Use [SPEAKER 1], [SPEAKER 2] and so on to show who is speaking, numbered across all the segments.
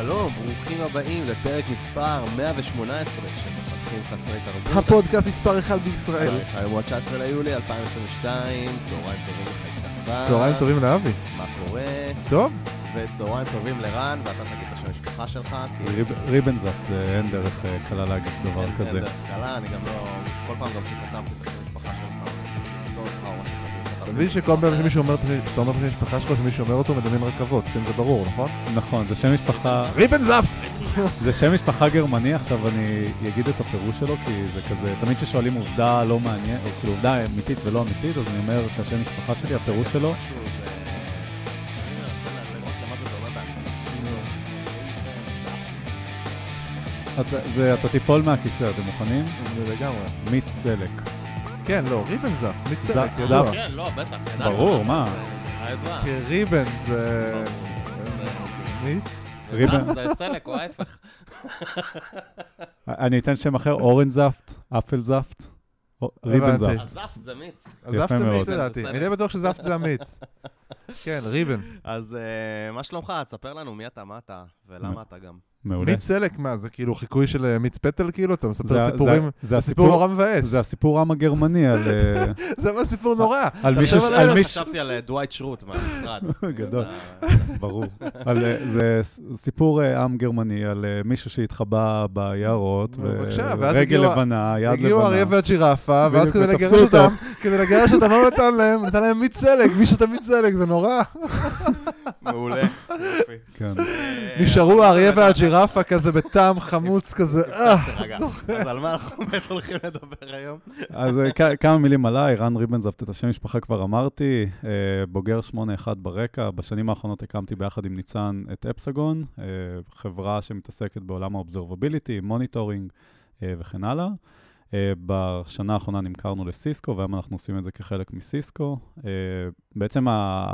[SPEAKER 1] שלום, ברוכים הבאים לפרק מספר 118 של מפתחים חסרי תרבות.
[SPEAKER 2] הפודקאסט מספר 1 בישראל.
[SPEAKER 1] היום הוא 19 ליולי 2022, צהריים טובים לחייצה.
[SPEAKER 2] צהריים טובים לאבי.
[SPEAKER 1] מה קורה?
[SPEAKER 2] טוב.
[SPEAKER 1] וצהריים טובים לרן, ואתה תגיד את השם המשפחה שלך.
[SPEAKER 3] ריבנזאפט, זה אין דרך קלה להגיד דבר כזה.
[SPEAKER 1] אין דרך קלה, אני גם לא... כל פעם גם שכתבתי את השם המשפחה שלך, למצוא אותך או משהו כזה.
[SPEAKER 2] אתה מבין שכל פעם שמישהו אומר, אתה אומר את השם המשפחה שלך, שמישהו אומר אותו, מדמים רכבות, כן, זה ברור, נכון?
[SPEAKER 3] נכון, זה שם משפחה...
[SPEAKER 2] ריבנזאפט!
[SPEAKER 3] זה שם משפחה גרמני, עכשיו אני אגיד את הפירוש שלו, כי זה כזה, תמיד ששואלים עובדה לא מעניין, או כאילו עובדה אמיתית ולא אמיתית, אז אני אומר שהשם משפחה שלי, הפירוש שלו... אתה תיפול מהכיסא, אתם מוכנים?
[SPEAKER 2] זה לגמרי.
[SPEAKER 3] מיץ סלק.
[SPEAKER 2] כן, לא, ריבנזאפט, מיץ סלק, ידוע.
[SPEAKER 1] כן, לא, בטח.
[SPEAKER 3] ברור, מה?
[SPEAKER 2] כי ריבן זה... מיץ?
[SPEAKER 3] ריבן.
[SPEAKER 1] זה סלק או ההפך.
[SPEAKER 3] אני אתן שם אחר, אורנזאפט, אפלזאפט, ריבנזאפט.
[SPEAKER 1] הזפט זה מיץ.
[SPEAKER 2] הזפט זה מיץ לדעתי, אני די בטוח שזפט זה המיץ. כן, ריבן.
[SPEAKER 1] אז מה שלומך? תספר לנו מי אתה, מה אתה, ולמה אתה גם.
[SPEAKER 3] מעולה.
[SPEAKER 2] מיץ סלק, מה, זה כאילו חיקוי של מיץ פטל כאילו? אתה מספר סיפורים, זה סיפור נורא מבאס.
[SPEAKER 3] זה הסיפור עם הגרמני על...
[SPEAKER 2] זה מה סיפור נורא.
[SPEAKER 1] חשבתי על דווייט שרוט מהמשרד.
[SPEAKER 3] גדול, ברור. זה סיפור עם גרמני על מישהו שהתחבא ביערות, ורגל לבנה, יד לבנה.
[SPEAKER 2] הגיעו אריה והג'ירפה, ואז כדי לגרש אותם, מה נתן להם? נתן להם מיץ סלק, מישהו את המיץ סלק, זה נורא.
[SPEAKER 1] מעולה.
[SPEAKER 2] נשארו האריה והג'ירפה כזה בטעם חמוץ כזה.
[SPEAKER 1] רגע, אז על מה אנחנו באמת הולכים לדבר היום?
[SPEAKER 3] אז כמה מילים עליי, רן ריבנזאפט, את השם משפחה כבר אמרתי, בוגר 8-1 ברקע, בשנים האחרונות הקמתי ביחד עם ניצן את אפסגון, חברה שמתעסקת בעולם האובזרבביליטי, מוניטורינג וכן הלאה. בשנה האחרונה נמכרנו לסיסקו, והיום אנחנו עושים את זה כחלק מסיסקו. בעצם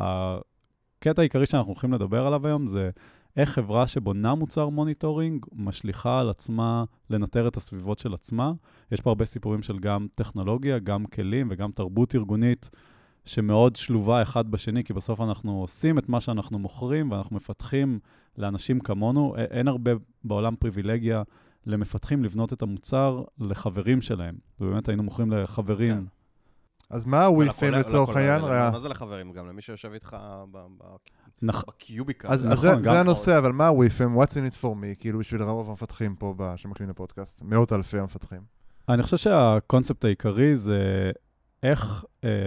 [SPEAKER 3] הקטע העיקרי שאנחנו הולכים לדבר עליו היום זה איך חברה שבונה מוצר מוניטורינג משליחה על עצמה לנטר את הסביבות של עצמה. יש פה הרבה סיפורים של גם טכנולוגיה, גם כלים וגם תרבות ארגונית שמאוד שלובה אחד בשני, כי בסוף אנחנו עושים את מה שאנחנו מוכרים ואנחנו מפתחים לאנשים כמונו. אין הרבה בעולם פריבילגיה למפתחים לבנות את המוצר לחברים שלהם. ובאמת היינו מוכרים לחברים.
[SPEAKER 1] כן.
[SPEAKER 2] אז מה הוויפים לצורך העניין?
[SPEAKER 1] מה זה לחברים? גם למי שיושב איתך בקיוביקה.
[SPEAKER 2] אז זה הנושא, אבל מה הוויפים? What's in it for me? כאילו בשביל רוב המפתחים פה שמקליטים לפודקאסט. מאות אלפי המפתחים.
[SPEAKER 3] אני חושב שהקונספט העיקרי זה איך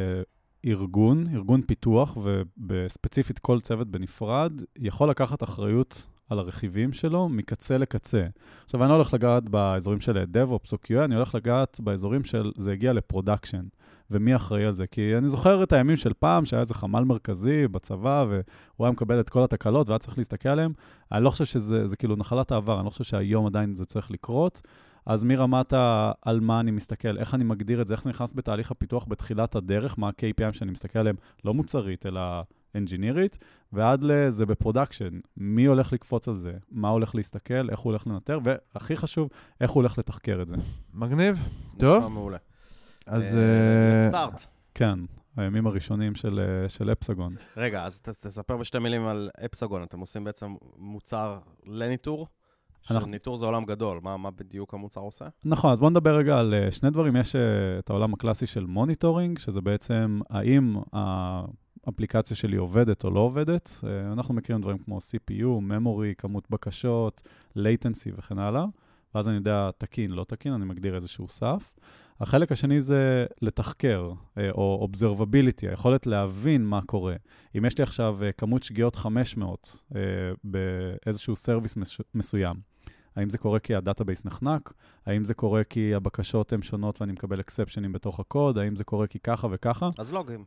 [SPEAKER 3] ארגון פיתוח, ובספציפית כל צוות בנפרד, יכול לקחת אחריות על הרכיבים שלו מקצה לקצה. עכשיו, אני לא הולך לגעת באזורים של DevOps או QA, אני הולך לגעת באזורים של זה הגיע לפרודקשן, ומי אחראי על זה. כי אני זוכר את הימים של פעם, שהיה איזה חמ"ל מרכזי בצבא, והוא היה מקבל את כל התקלות, והיה צריך להסתכל עליהם. אני לא חושב שזה כאילו נחלת העבר, אני לא חושב שהיום עדיין זה צריך לקרות. אז מרמת על מה אני מסתכל, איך אני מגדיר את זה, איך זה נכנס בתהליך הפיתוח בתחילת הדרך, מה ה-KPI שאני מסתכל עליהם, לא מוצרית, אלא אנג'ינירית, ועד לזה בפרודקשן, מי הולך לקפוץ על זה, מה הולך להסתכל, איך הוא הולך לנטר, והכי חשוב, איך הוא הולך לתחקר את זה.
[SPEAKER 2] מגניב, טוב.
[SPEAKER 1] מעולה.
[SPEAKER 2] אז...
[SPEAKER 1] סטארט.
[SPEAKER 3] כן, הימים הראשונים של אפסגון.
[SPEAKER 1] רגע, אז תספר בשתי מילים על אפסגון, אתם עושים בעצם מוצר לניטור? ניטור זה עולם גדול, מה בדיוק המוצר עושה?
[SPEAKER 3] נכון, אז בואו נדבר רגע על שני דברים. יש את העולם הקלאסי של מוניטורינג, שזה בעצם האם האפליקציה שלי עובדת או לא עובדת. אנחנו מכירים דברים כמו CPU, memory, כמות בקשות, latency וכן הלאה. ואז אני יודע תקין, לא תקין, אני מגדיר איזשהו סף. החלק השני זה לתחקר, או observability, היכולת להבין מה קורה. אם יש לי עכשיו כמות שגיאות 500 באיזשהו סרוויס מסוים, האם זה קורה כי הדאטאבייס נחנק? האם זה קורה כי הבקשות הן שונות ואני מקבל אקספשנים בתוך הקוד? האם זה קורה כי ככה וככה?
[SPEAKER 1] אז לוגים.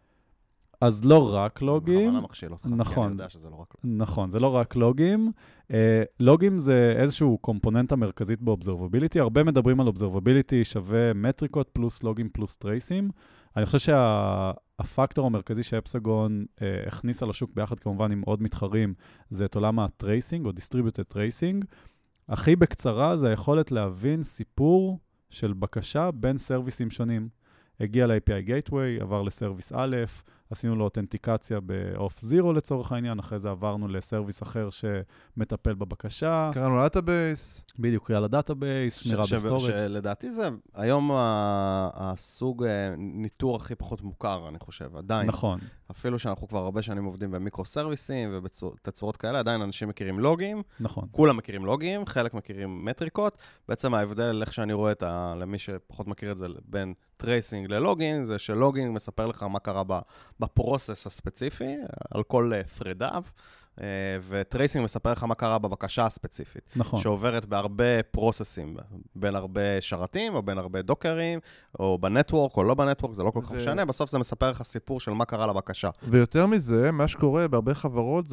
[SPEAKER 3] אז לא רק לוגים.
[SPEAKER 1] בכוונה מכשיל אותך,
[SPEAKER 3] נכון,
[SPEAKER 1] כי אני יודע שזה לא רק לוגים.
[SPEAKER 3] נכון, זה לא רק לוגים. לוגים זה איזשהו קומפוננטה מרכזית באובזרבביליטי. הרבה מדברים על אובזרבביליטי שווה מטריקות פלוס לוגים פלוס טרייסים. אני חושב שהפקטור המרכזי שאפסגון הכניסה לשוק ביחד כמובן עם עוד מתחרים, זה את עולם הטרייסינג או distributed tracing. הכי בקצרה זה היכולת להבין סיפור של בקשה בין סרוויסים שונים. הגיע ל-API Gateway, עבר לסרוויס א', עשינו לו אותנטיקציה ב-Auth0 לצורך העניין, אחרי זה עברנו לסרוויס אחר שמטפל בבקשה.
[SPEAKER 2] קראנו לדאטאבייס.
[SPEAKER 3] בדיוק, קריאה לדאטאבייס, שמירה בסטורג'.
[SPEAKER 1] שלדעתי זה היום הסוג ניטור הכי פחות מוכר, אני חושב, עדיין.
[SPEAKER 3] נכון.
[SPEAKER 1] אפילו שאנחנו כבר הרבה שנים עובדים במיקרו-סרוויסים ובתצורות כאלה, עדיין אנשים מכירים לוגים.
[SPEAKER 3] נכון.
[SPEAKER 1] כולם מכירים לוגים, חלק מכירים מטריקות. בעצם ההבדל, איך שאני רואה למי שפחות מכיר את זה, בין טרייסינג ללוגינג, זה שלוגינג מספר לך מה קרה בפרוסס הספציפי, על כל thread'יו, וטרייסינג מספר לך מה קרה בבקשה הספציפית.
[SPEAKER 3] נכון.
[SPEAKER 1] שעוברת בהרבה פרוססים, בין הרבה שרתים, או בין הרבה דוקרים, או בנטוורק, או לא בנטוורק, זה לא כל כך משנה, בסוף זה מספר לך סיפור של מה קרה לבקשה.
[SPEAKER 2] ויותר מזה, מה שקורה בהרבה חברות זה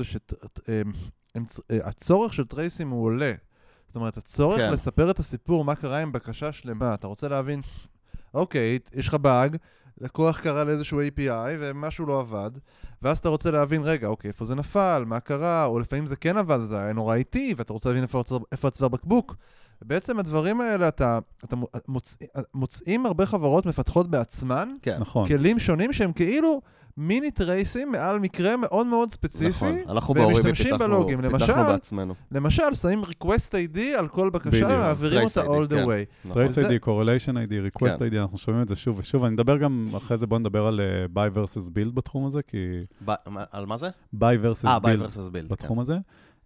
[SPEAKER 2] שהצורך של טרייסים הוא עולה. זאת אומרת, הצורך לספר את הסיפור, מה קרה עם בקשה שלמה. אתה רוצה להבין, אוקיי, יש לך באג, לקוח קרא לאיזשהו API ומשהו לא עבד, ואז אתה רוצה להבין, רגע, אוקיי, איפה זה נפל, מה קרה, או לפעמים זה כן עבד, זה היה נורא איטי, ואתה רוצה להבין איפה הצוואר בקבוק. בעצם הדברים האלה, אתה מוצאים הרבה חברות מפתחות בעצמן,
[SPEAKER 3] נכון.
[SPEAKER 2] כלים שונים שהם כאילו מיני טרייסים מעל מקרה מאוד מאוד ספציפי,
[SPEAKER 1] ומשתמשים
[SPEAKER 2] בלוגים. למשל, שמים request ID על כל בקשה, מעבירים אותה all the way.
[SPEAKER 3] Trace ID, Correlation ID, Request ID, אנחנו שומעים את זה שוב ושוב. אני מדבר גם, אחרי זה בוא נדבר על buy versus build בתחום הזה, כי...
[SPEAKER 1] על מה זה?
[SPEAKER 3] buy versus build בתחום הזה.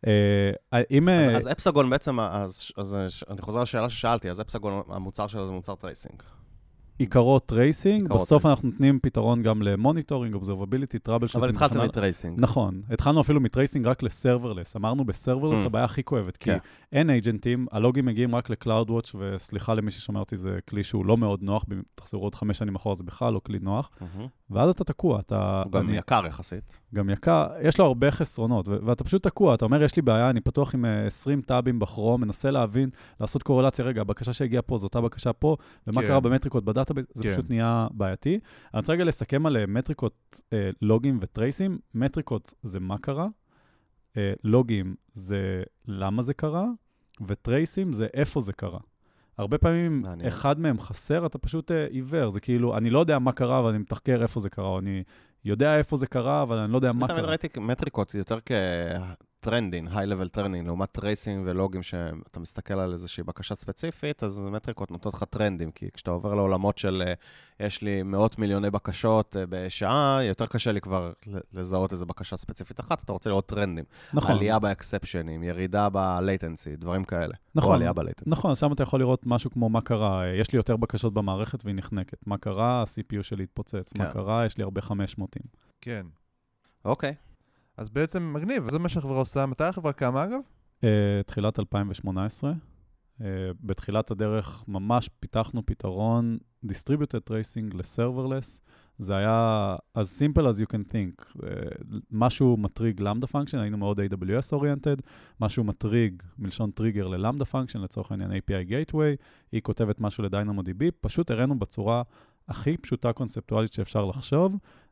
[SPEAKER 1] אז אפסגון בעצם, אני חוזר לשאלה ששאלתי, אז אפסגון, המוצר שלו זה מוצר טרייסינג.
[SPEAKER 3] עיקרו טרייסינג, בסוף אנחנו נותנים פתרון גם למוניטורינג, אובזרבביליטי, טראבל שוטינג.
[SPEAKER 1] אבל התחלתם מטרייסינג.
[SPEAKER 3] נכון, התחלנו אפילו מטרייסינג רק לסרברלס, אמרנו בסרברלס הבעיה הכי כואבת, כי אין אייג'נטים, הלוגים מגיעים רק ל-CloudWatch, וסליחה למי ששומע אותי, זה כלי שהוא לא מאוד נוח, תחזרו עוד 5 שנים אחורה, זה בכלל לא כלי נוח, ואז אתה תקוע.
[SPEAKER 1] הוא גם יקר יחסית.
[SPEAKER 3] גם יקר, יש לו הרבה חסרונות, ואתה פשוט תקוע, אתה אומר, יש לי בעיה, אני פתוח עם 20 טאבים בכרום, מנסה להבין, לעשות קורלציה, רגע, הבקשה שהגיעה פה, זאת הבקשה פה, ומה קרה במטריקות בדאטאבייס, זה פשוט נהיה בעייתי. אני רוצה רגע לסכם על מטריקות, לוגים וטרייסים. מטריקות זה מה קרה, לוגים זה למה זה קרה, וטרייסים זה איפה זה קרה. הרבה פעמים אחד מהם חסר, אתה פשוט עיוור, זה כאילו, אני לא יודע מה קרה, אבל אני מתחקר איפה זה קרה, או אני יודע איפה זה קרה, אבל אני לא יודע מה קרה.
[SPEAKER 1] תמיד ראיתי מטריקות יותר כטרנדינג, high-level טרנדינג, לעומת טרייסינג ולוגים שאתה מסתכל על איזושהי בקשה ספציפית, אז מטריקות נותנות לך טרנדים, כי כשאתה עובר לעולמות של יש לי מאות מיליוני בקשות בשעה, יותר קשה לי כבר לזהות איזו בקשה ספציפית אחת, אתה רוצה לראות טרנדים. נכון. עלייה באקספשנים, ירידה בלייטנסי, דברים כאלה.
[SPEAKER 3] נכון.
[SPEAKER 1] או עלייה בלייטנסי.
[SPEAKER 3] נכון, שם אתה יכול לראות משהו כמו מה קרה, יש לי יותר בקשות במערכת והיא נחנקת. מה קרה, ה-CPU שלי התפוצץ. מה קרה, יש לי הרבה 500.
[SPEAKER 2] כן.
[SPEAKER 1] אוקיי.
[SPEAKER 2] אז בעצם מגניב, זה מה שהחברה עושה. מתי החברה קמה אגב?
[SPEAKER 3] תחילת 2018. בתחילת הדרך ממש פיתחנו פתרון Distributed Tracing ל-Serverless. זה היה as simple as you can think. משהו מטריג Lambda Function, היינו מאוד AWS oriented, משהו מטריג מלשון טריגר ל-Lambda Function, לצורך העניין API Gateway, היא כותבת משהו ל-DynamoDB, פשוט הראינו בצורה הכי פשוטה קונספטואלית שאפשר לחשוב,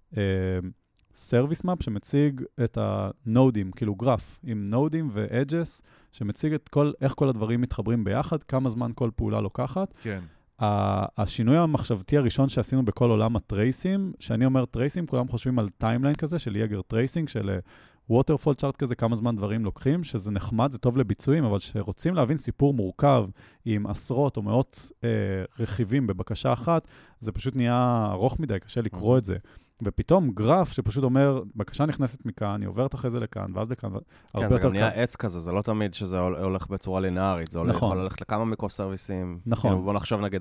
[SPEAKER 3] Service Map שמציג את הנודים, כאילו גרף עם נודים ו-edges, שמציג איך כל הדברים מתחברים ביחד, כמה זמן כל פעולה לוקחת.
[SPEAKER 2] כן.
[SPEAKER 3] השינוי המחשבתי הראשון שעשינו בכל עולם הטרייסים, שאני אומר טרייסים, כולם חושבים על טיימליין כזה, של יגר טרייסינג, של ווטרפול צ'ארט כזה, כמה זמן דברים לוקחים, שזה נחמד, זה טוב לביצועים, אבל שרוצים להבין סיפור מורכב עם עשרות או מאות רכיבים בבקשה אחת, זה פשוט נהיה ארוך מדי, קשה לקרוא את זה. ופתאום גרף שפשוט אומר, בקשה נכנסת מכאן, אני עוברת אחרי זה לכאן, ואז לכאן,
[SPEAKER 1] כן, זה גם נהיה עץ כזה, זה לא תמיד שזה הולך בצורה לינארית, זה יכול ללכת לכמה מיקרו-סרוויסים.
[SPEAKER 3] נכון.
[SPEAKER 1] בוא נחשוב נגיד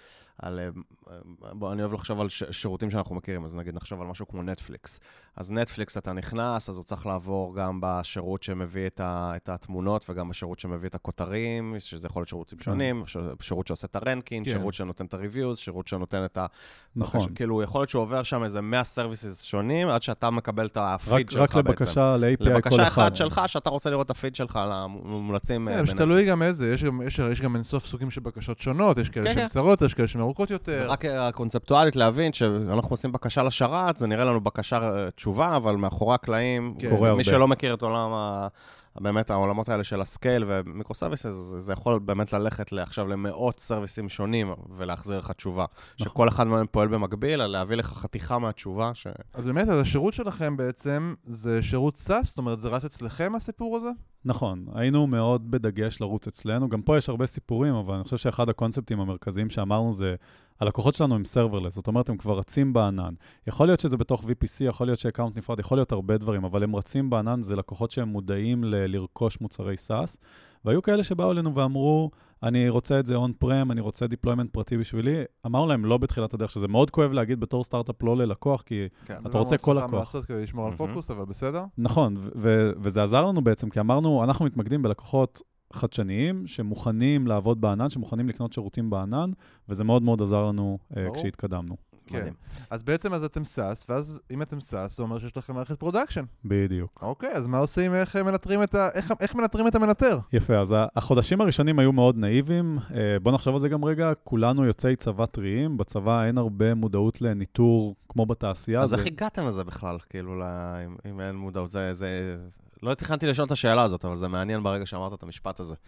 [SPEAKER 1] אני אוהב לחשוב על שירותים שאנחנו מכירים, אז נגיד נחשוב על משהו כמו נטפליקס. אז נטפליקס אתה נכנס, אז הוא צריך לעבור גם בשירות שמביא את התמונות, וגם בשירות שמביא את הכותרים, שזה יכול להיות שירותים שונים, שירות שעושה את הרנקינג, שירות שנותן את הריוויוז, שירות שנותן את ה...
[SPEAKER 3] נכון.
[SPEAKER 1] כאילו, יכול להיות שהוא עובר שם איזה 100 סרוויסיס שונים, עד שאתה מקבל את הפיד שלך בעצם.
[SPEAKER 3] רק לבקשה ל-API כל אחד.
[SPEAKER 1] לבקשה אחת שלך, שאתה רוצה לראות את הפיד שלך, למומלצים.
[SPEAKER 2] שתלוי גם איזה, יש גם אינסוף סוגים של בקשות שונות, יש כאלה שהן קצרות, יש כאלה שהן ארוכות יותר.
[SPEAKER 1] רק הקונספטואלית להבין שאנחנו עושים בקשה לשרת, זה נראה לנו בקשה תשובה, אבל מאחורי הקלעים, מי שלא מכיר את עולם באמת העולמות האלה של הסקייל ומיקרו-סרוויסס, זה יכול באמת ללכת עכשיו למאות סרוויסים שונים ולהחזיר לך תשובה. שכל אחד מהם פועל במקביל, להביא לך חתיכה מהתשובה.
[SPEAKER 2] אז באמת, אז השירות שלכם בעצם זה שירות SaaS? זאת אומרת, זה רץ אצלכם הסיפור הזה?
[SPEAKER 3] נכון, היינו מאוד בדגש לרוץ אצלנו. גם פה יש הרבה סיפורים, אבל אני חושב שאחד הקונספטים המרכזיים שאמרנו זה, הלקוחות שלנו הם serverless, זאת אומרת, הם כבר רצים בענן. יכול להיות שזה בתוך VPC, יכול להיות שאקאונט נפרד, יכול להיות הרבה דברים, אבל הם רצים בענן, זה לקוחות שהם מודעים לרכוש מוצרי SaaS, והיו כאלה שבאו אלינו ואמרו, אני רוצה את זה on-prem, אני רוצה deployment פרטי בשבילי. אמרנו להם לא בתחילת הדרך, שזה מאוד כואב להגיד בתור סטארט-אפ לא ללקוח, כי אתה רוצה כל לקוח.
[SPEAKER 2] זה לא לעשות כדי לשמור על פוקוס, אבל בסדר?
[SPEAKER 3] נכון, וזה עזר לנו בעצם, כי אמרנו, אנחנו מתמקדים בלקוחות חדשניים, שמוכנים לעבוד בענן, שמוכנים לקנות שירותים בענן, וזה מאוד מאוד עזר לנו כשהתקדמנו.
[SPEAKER 2] כן. אז בעצם אז אתם SaaS, ואז אם אתם SaaS, זה אומר שיש לכם מערכת פרודקשן.
[SPEAKER 3] בדיוק.
[SPEAKER 2] אוקיי, אז מה עושים, איך מנטרים את המנטר?
[SPEAKER 3] יפה, אז החודשים הראשונים היו מאוד נאיביים. בוא נחשוב על זה גם רגע, כולנו יוצאי צבא טריים, בצבא אין הרבה מודעות לניטור כמו בתעשייה.
[SPEAKER 1] אז איך הגעתם לזה בכלל? כאילו, אם אין מודעות, זה... לא תכננתי לשאול את השאלה הזאת, אבל זה מעניין ברגע שאמרת את המשפט הזה.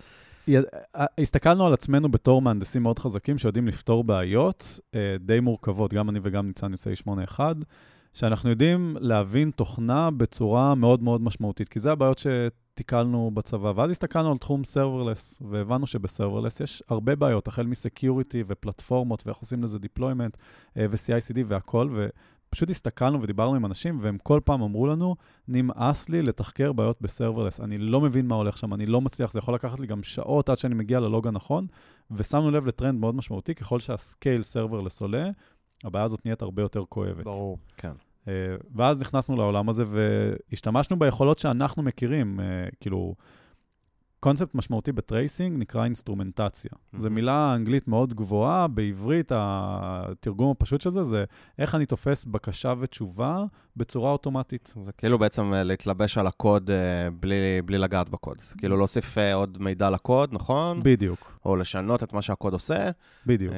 [SPEAKER 3] הסתכלנו על עצמנו בתור מהנדסים מאוד חזקים שיודעים לפתור בעיות די מורכבות, גם אני וגם ניצן יוצאי 8-1, שאנחנו יודעים להבין תוכנה בצורה מאוד מאוד משמעותית, כי זה הבעיות שתיקלנו בצבא, ואז הסתכלנו על תחום serverless, והבנו שבסרברלס יש הרבה בעיות, החל מסקיוריטי ופלטפורמות, ואיך עושים לזה deployment ו-CI/CD והכל, פשוט הסתכלנו ודיברנו עם אנשים, והם כל פעם אמרו לנו, נמאס לי לתחקר בעיות בסרברלס, אני לא מבין מה הולך שם, אני לא מצליח, זה יכול לקחת לי גם שעות עד שאני מגיע ללוג הנכון, ושמנו לב לטרנד מאוד משמעותי, ככל שהסקייל סרברלס עולה, הבעיה הזאת נהיית הרבה יותר כואבת.
[SPEAKER 2] ברור,
[SPEAKER 1] כן.
[SPEAKER 3] ואז נכנסנו לעולם הזה, והשתמשנו ביכולות שאנחנו מכירים, כאילו, קונספט משמעותי בטרייסינג נקרא אינסטרומנטציה. זו מילה אנגלית מאוד גבוהה, בעברית התרגום הפשוט של זה איך אני תופס בקשה ותשובה בצורה אוטומטית.
[SPEAKER 1] זה כאילו בעצם להתלבש על הקוד בלי לגעת בקוד. זה כאילו להוסיף עוד מידע לקוד, נכון?
[SPEAKER 3] בדיוק.
[SPEAKER 1] או לשנות את מה שהקוד עושה.
[SPEAKER 3] בדיוק.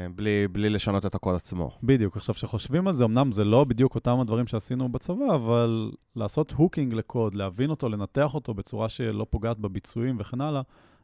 [SPEAKER 1] בלי לשנות את הקוד עצמו.
[SPEAKER 3] בדיוק. עכשיו שחושבים על זה, אמנם זה לא בדיוק אותם הדברים שעשינו בצבא, אבל לעשות הוקינג לקוד, להבין אותו, לנתח אותו בצורה שלא פוגעת בביצועים וכן הלאה,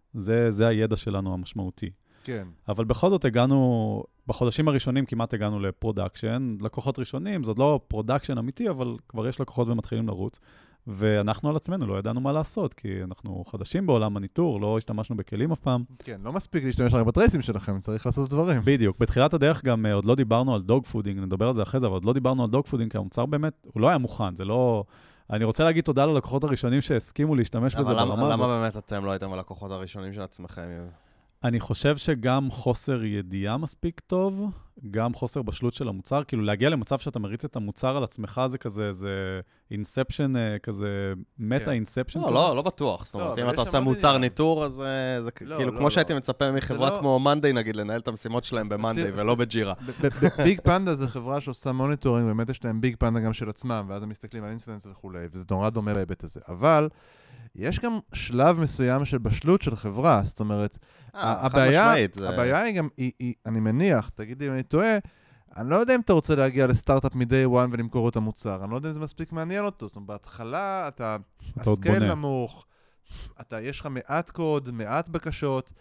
[SPEAKER 3] זה הידע שלנו המשמעותי.
[SPEAKER 2] כן.
[SPEAKER 3] אבל בכל זאת הגענו, בחודשים הראשונים כמעט הגענו לפרודקשן, לקוחות ראשונים, זאת לא פרודקשן אמיתי, אבל כבר יש לקוחות ומתחילים לרוץ, ואנחנו על עצמנו לא ידענו מה לעשות, כי אנחנו חדשים בעולם הניטור, לא השתמשנו בכלים אף פעם.
[SPEAKER 2] כן, לא מספיק להשתמש רק בטרייסים שלכם, צריך לעשות דברים.
[SPEAKER 3] בדיוק. בתחילת הדרך גם עוד לא דיברנו על דוג פודינג, נדבר על זה אחרי זה, אבל עוד לא דיברנו על דוג פודינג, כי המוצר באמת, הוא לא היה מוכן, זה לא... אני רוצה להגיד תודה ללקוחות הראשונים שהסכימו להשתמש בזה ברמה הזאת.
[SPEAKER 1] אבל למה באמת אתם לא הייתם הלקוחות הראשונים של עצמכם?
[SPEAKER 3] אני חושב שגם חוסר ידיעה מספיק טוב, גם חוסר בשלות של המוצר, כאילו להגיע למצב שאתה מריץ את המוצר על עצמך, זה כזה, זה אינספשן, כזה מטה אינספשן.
[SPEAKER 1] לא בטוח. זאת אומרת, אם אתה עושה מוצר ניטור, אז זה כאילו כמו שהייתי מצפה מחברה כמו מונדי, נגיד, לנהל את המשימות שלהם במונדי ולא בג'ירה.
[SPEAKER 2] ביג פנדה זה חברה שעושה מוניטורינג, באמת יש להם ביג פנדה גם של עצמם, ואז הם מסתכלים על אינסטנס וכו', וזה נורא דומה בהיבט הזה. אבל יש גם שלב מסוים של בשלות של חברה, זאת אומרת, הבעיה היא גם, אני מניח, תגידי אם אני טועה, אני לא יודע אם אתה רוצה להגיע לסטארט-אפ מ-day one ולמכור את המוצר, אני לא יודע אם זה מספיק מעניין אותו, זאת אומרת, בהתחלה הסקייל נמוך, יש לך מעט קוד, מעט בקשות,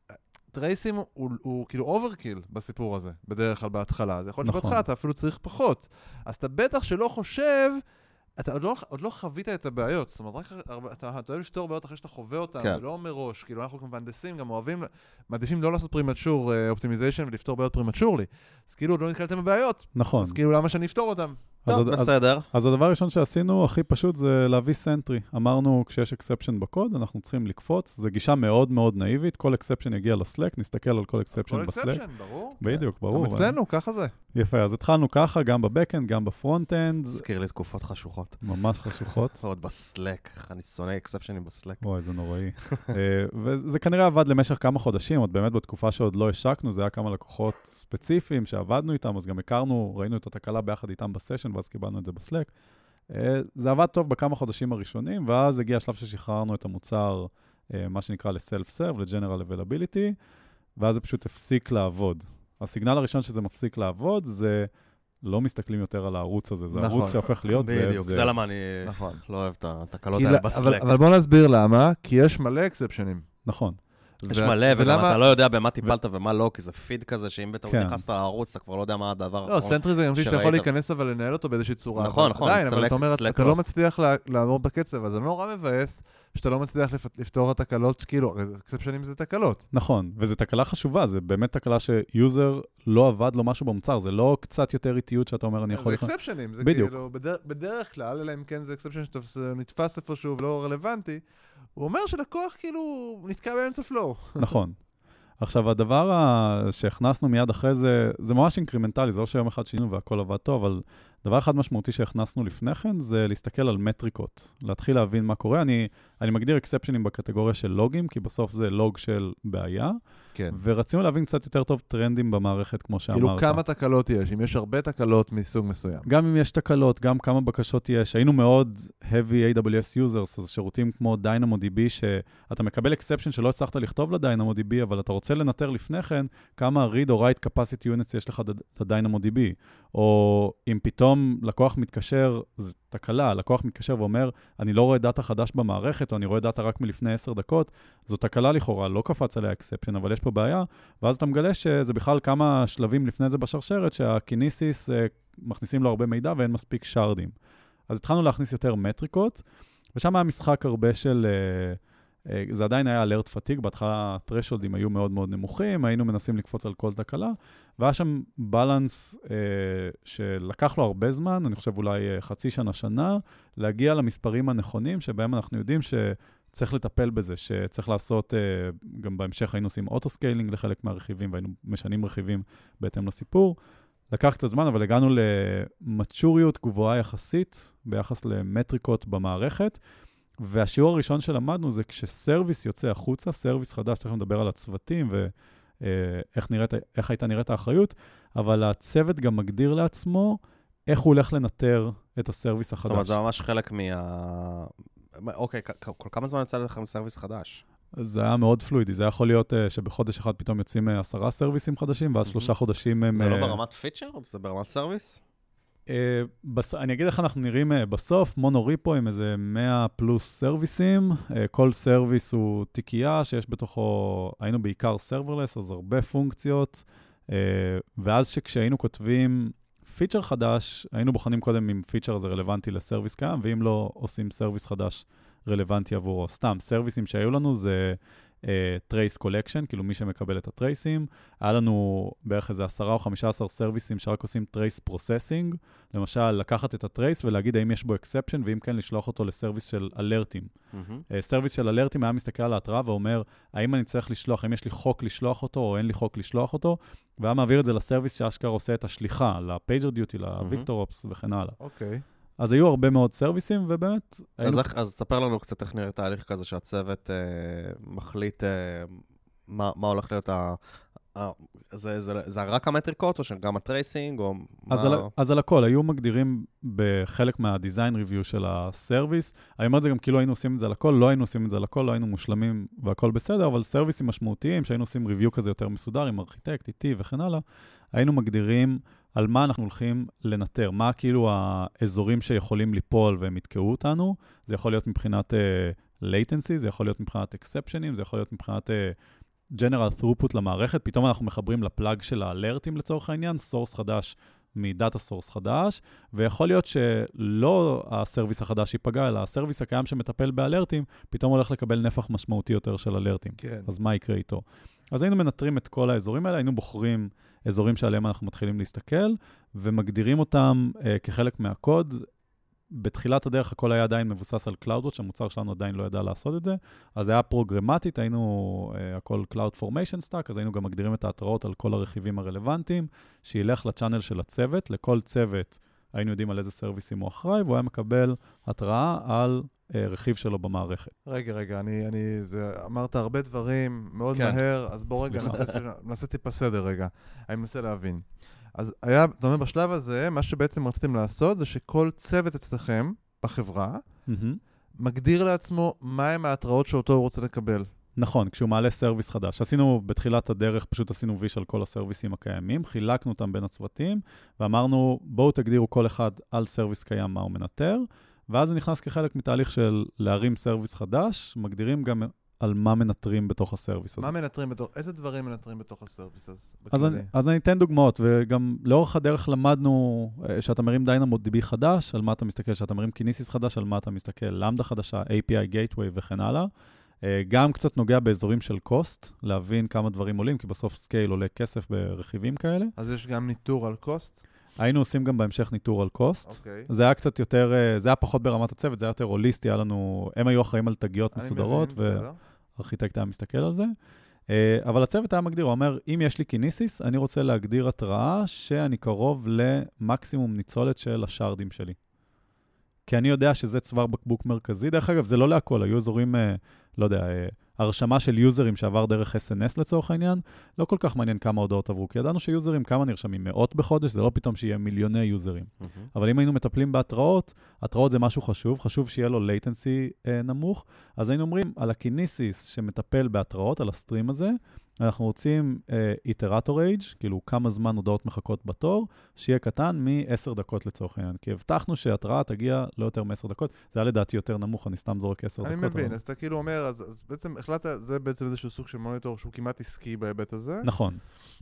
[SPEAKER 2] טרייסים הוא כאילו אוברקיל בסיפור הזה, בדרך כלל בהתחלה, זה יכול להיות שבתך, אתה אפילו צריך פחות, אז אתה בטח שלא חושב, אתה עוד לא חווית את הבעיות, זאת אומרת, אתה אוהב לפתור בעיות אחרי שאתה חווה אותן, ולא מראש, כאילו אנחנו כמהנדסים גם מעדיפים לא לעשות פרימצ'ור אופטימיזיישן ולפתור בעיות פרימצ'ורלי, אז כאילו עוד לא נתקלתם בבעיות,
[SPEAKER 3] נכון.
[SPEAKER 2] אז כאילו למה שאני אפתור אותם?
[SPEAKER 1] טוב, בסדר.
[SPEAKER 3] אז הדבר הראשון שעשינו, הכי פשוט, זה להביא סנטרי. אמרנו, כשיש אקספשן בקוד, אנחנו צריכים לקפוץ. זו גישה מאוד מאוד נאיבית. כל אקספשן יגיע לסלק, נסתכל על כל אקספשן בסלק.
[SPEAKER 2] כל אקספשן, ברור.
[SPEAKER 3] בדיוק, ברור.
[SPEAKER 2] גם אצלנו, ככה זה.
[SPEAKER 3] יפה, אז התחלנו ככה, גם בבקאנד, גם בפרונט-אנד.
[SPEAKER 1] הזכיר לי תקופות חשוכות.
[SPEAKER 3] ממש חשוכות.
[SPEAKER 1] עוד בסלק, אני שונא אקספשנים בסלק.
[SPEAKER 3] אוי, זה נוראי. וזה כנראה עבד למשך כמה חודשים, עוד באמת בתקופה שעוד לא השקנו, זה היה כמה לקוחות ספציפיים שעבדנו איתם, אז גם הכרנו, ראינו את התקלה ביחד איתם בסשן, ואז קיבלנו את זה בסלק. זה עבד טוב בכמה חודשים הראשונים, ואז הגיע השלב ששחררנו את המוצר, מה שנקרא ל-self-serve, ל-general availability, ואז זה פשוט הפסיק לעבוד. הסיגנל הראשון שזה מפסיק לעבוד, זה לא מסתכלים יותר על הערוץ הזה, זה ערוץ שהופך להיות זה.
[SPEAKER 1] בדיוק, זה למה אני לא אוהב את התקלות האלה בסלק.
[SPEAKER 2] אבל בוא נסביר למה, כי יש מלא אקספשנים.
[SPEAKER 3] נכון.
[SPEAKER 1] יש מלא, וגם אתה לא יודע במה טיפלת ומה לא, כי זה פיד כזה, שאם אתה נכנסת לערוץ, אתה כבר לא יודע מה הדבר האחרון.
[SPEAKER 2] לא, סנטרי זה גם שאתה יכול להיכנס אבל לנהל אותו באיזושהי צורה.
[SPEAKER 1] נכון,
[SPEAKER 2] אבל אתה אומר, אתה לא מצליח לעבור בקצב, אז זה נורא מבאס שאתה לא מצליח לפתור את התקלות, כאילו, אקספשנים זה תקלות.
[SPEAKER 3] נכון, וזו תקלה חשובה, זה באמת תקלה שיוזר לא עבד לו משהו במוצר, זה לא קצת יותר איטיות שאתה אומר, אני יכול...
[SPEAKER 2] זה אקספשנים, זה כאילו, בדרך כלל, אלא אם כן זה אקספשן שנתפס איפשהו ולא רלוונטי, הוא אומר שלקוח כאילו נתקע באמצע פלואו.
[SPEAKER 3] נכון. עכשיו, הדבר שהכנסנו מיד אחרי זה, זה ממש אינקרימנטלי, זה לא שיום אחד שינו והכל עבד טוב, אבל דבר אחד משמעותי שהכנסנו לפני כן, זה להסתכל על מטריקות, להתחיל להבין מה קורה. אני מגדיר אקספשנים בקטגוריה של לוגים, כי בסוף זה לוג של בעיה,
[SPEAKER 2] כן.
[SPEAKER 3] ורצינו להבין קצת יותר טוב טרנדים במערכת, כמו שאמרת.
[SPEAKER 2] כאילו כמה תקלות יש, אם יש הרבה תקלות מסוג מסוים.
[SPEAKER 3] גם אם יש תקלות, גם כמה בקשות יש. היינו מאוד heavy AWS users, אז שירותים כמו DynamoDB, שאתה מקבל exception שלא הצלחת לכתוב ל-DynamoDB, אבל אתה רוצה לנטר לפני כן כמה read או write capacity units יש לך ל-DynamoDB. או אם פתאום לקוח מתקשר, זו תקלה, לקוח מתקשר ואומר, אני לא רואה דאטה חדש במערכת, או אני רואה דאטה רק מלפני 10 דקות, זו תקלה לכאורה, לא קפץ עליה exception, אבל יש פה בעיה, ואז אתה מגלה שזה בכלל כמה שלבים לפני זה בשרשרת, שהקיניסיס מכניסים לו הרבה מידע ואין מספיק שרדים. אז התחלנו להכניס יותר מטריקות, ושם היה משחק הרבה של... זה עדיין היה alert fatigue, בהתחלה thresholdים היו מאוד מאוד נמוכים, היינו מנסים לקפוץ על כל תקלה, והיה שם בלנס שלקח לו הרבה זמן, אני חושב אולי חצי שנה, להגיע למספרים הנכונים, שבהם אנחנו יודעים שצריך לטפל בזה, שצריך לעשות, גם בהמשך היינו עושים אוטו-סקיילינג לחלק מהרכיבים, והיינו משנים רכיבים בהתאם לסיפור. לקח קצת זמן, אבל הגענו למצ'וריות גבוהה יחסית, ביחס למטריקות במערכת, והשיעור הראשון שלמדנו זה כשסרוויס יוצא החוצה, סרוויס חדש, תכף נדבר על הצוותים ואיך הייתה נראית האחריות, אבל הצוות גם מגדיר לעצמו איך הוא הולך לנטר את הסרוויס החדש.
[SPEAKER 1] זאת אומרת, זה ממש חלק אוקיי, כל כמה זמן יוצא לכם סרוויס חדש?
[SPEAKER 3] זה היה מאוד פלואידי, זה יכול להיות שבחודש אחד פתאום יוצאים 10 סרוויסים חדשים, ואז 3 חודשים הם...
[SPEAKER 1] זה לא ברמת פיצ'ר? זה ברמת סרוויס?
[SPEAKER 3] אני אגיד איך אנחנו נראים בסוף, מונוריפו עם איזה 100 פלוס סרוויסים, כל סרוויס הוא תיקייה שיש בתוכו, היינו בעיקר סרברלס, אז הרבה פונקציות, ואז שכשהיינו כותבים פיצ'ר חדש, היינו בוחנים קודם אם פיצ'ר הזה רלוונטי לסרוויס קיים, ואם לא עושים סרוויס חדש רלוונטי עבורו. סתם, סרוויסים שהיו לנו זה Trace Collection, כאילו מי שמקבל את הטרייסים. היה לנו בערך איזה 10 או 15 סרוויסים שרק עושים Trace Processing, למשל לקחת את הטרייס ולהגיד האם יש בו exception, ואם כן לשלוח אותו לסרוויס של אלרטים. סרוויס של אלרטים היה מסתכל על ההתראה ואומר, האם אני צריך לשלוח, האם יש לי חוק לשלוח אותו או אין לי חוק לשלוח אותו, והיה מעביר את זה לסרוויס שאשכרה עושה את השליחה, ל-Pager Duty, ל-VictorOps וכן הלאה.
[SPEAKER 2] אוקיי.
[SPEAKER 3] אז היו הרבה מאוד סרוויסים, ובאמת...
[SPEAKER 1] אז תספר לנו קצת איך נראה תהליך כזה שהצוות מחליט מה הולך להיות זה רק המטריקות, או שגם הטרייסינג, או מה...
[SPEAKER 3] אז על הכל, היו מגדירים בחלק מהדיזיין ריוויו של הסרוויס, אני אומר את זה גם כאילו היינו עושים את זה על הכל, לא היינו עושים את זה על הכל, לא היינו מושלמים והכל בסדר, אבל סרוויסים משמעותיים, שהיינו עושים ריוויו כזה יותר מסודר, עם ארכיטקט, איתי וכן הלאה, היינו מגדירים על מה אנחנו הולכים לנטר, מה כאילו האזורים שיכולים ליפול והם יתקעו אותנו, זה יכול להיות מבחינת latency, זה יכול להיות מבחינת exceptionים, זה יכול להיות מבחינת general throughput למערכת, פתאום אנחנו מחברים לפלאג של האלרטים לצורך העניין, סורס חדש מדאטה סורס חדש, ויכול להיות שלא הסרוויס החדש ייפגע, אלא הסרוויס הקיים שמטפל באלרטים, פתאום הולך לקבל נפח משמעותי יותר של אלרטים. כן. אז מה יקרה איתו? אז היינו מנטרים את כל האזורים האלה, היינו בוחרים אזורים שעליהם אנחנו מתחילים להסתכל, ומגדירים אותם כחלק מהקוד. בתחילת הדרך הכל היה עדיין מבוסס על CloudWatch, שהמוצר שלנו עדיין לא ידע לעשות את זה, אז זה היה פרוגרמטית, היינו הכל Cloud Formation Stack, אז היינו גם מגדירים את ההתראות על כל הרכיבים הרלוונטיים, שילך לצ'אנל של הצוות, לכל צוות היינו יודעים על איזה סרוויסים הוא אחראי, והוא היה מקבל התראה על רכיב שלו במערכת.
[SPEAKER 2] רגע, אמרת הרבה דברים מאוד מהר, אז בוא רגע, נעשה טיפה סדר רגע, אני מנסה להבין. אז היה, אתה אומר, בשלב הזה, מה שבעצם רציתם לעשות, זה שכל צוות אצלכם בחברה, מגדיר לעצמו מהם ההתראות שאותו הוא רוצה לקבל.
[SPEAKER 3] נכון, כשהוא מעלה סרוויס חדש. עשינו בתחילת הדרך, פשוט עשינו ויש על כל הסרוויסים הקיימים, חילקנו אותם בין הצוותים, ואמרנו, בואו תגדירו כל אחד על סרוויס קיים מה הוא מנטר, ואז זה נכנס כחלק מתהליך של להרים סרוויס חדש, מגדירים גם על מה מנטרים בתוך הסרוויס הזה.
[SPEAKER 2] מה מנטרים בתוך, איזה דברים מנטרים בתוך הסרוויס הזה?
[SPEAKER 3] אז אני אתן דוגמאות, וגם לאורך הדרך למדנו שאתה מרים DynamoDB חדש, על מה אתה מסתכל, שאתה מרים קיניסיס חדש, על מה אתה מסתכל, למדה חדשה, API Gateway וכן הלאה. גם קצת נוגע באזורים של קוסט, להבין כמה דברים עולים, כי בסוף סקייל עולה כסף ברכיבים כאלה.
[SPEAKER 2] אז יש גם ניטור על קוסט?
[SPEAKER 3] היינו עושים גם בהמשך ניטור על קוסט.
[SPEAKER 2] אוקיי.
[SPEAKER 3] זה היה קצת יותר, זה היה פחות ברמת הצוות, זה היה יותר הוליסטי, היה לנו, הם היו אחראים על תגיות מסודרות, והארכיטקט היה מסתכל על זה. אבל הצוות היה מגדיר, הוא אומר, אם יש לי קיניסיס, אני רוצה להגדיר התראה שאני קרוב למקסימום ניצולת של השארדים שלי. כי אני יודע שזה צוואר בקבוק מרכזי. דרך אגב, זה לא להכל, היו אזורים, לא יודע, הרשמה של יוזרים שעבר דרך SNS לצורך העניין, לא כל כך מעניין כמה הודעות עברו, כי ידענו שיוזרים, כמה נרשמים? מאות בחודש, זה לא פתאום שיהיה מיליוני יוזרים. אבל אם היינו מטפלים בהתראות, התראות זה משהו חשוב, חשוב שיהיה לו latency נמוך, אז היינו אומרים, על הקיניסיס שמטפל בהתראות, על הסטרים הזה, אנחנו רוצים איטרטור אייג', כאילו כמה זמן הודעות מחכות בתור, שיהיה קטן מ-10 דקות לצורך העניין. כי הבטחנו שהתראה תגיע לא יותר מ-10 דקות, זה היה לדעתי יותר נמוך, אני סתם זורק 10 דקות.
[SPEAKER 2] אני מבין, אז אתה כאילו אומר, אז בעצם החלטת, זה בעצם איזשהו סוג של מוניטור שהוא כמעט עסקי בהיבט הזה.
[SPEAKER 3] נכון.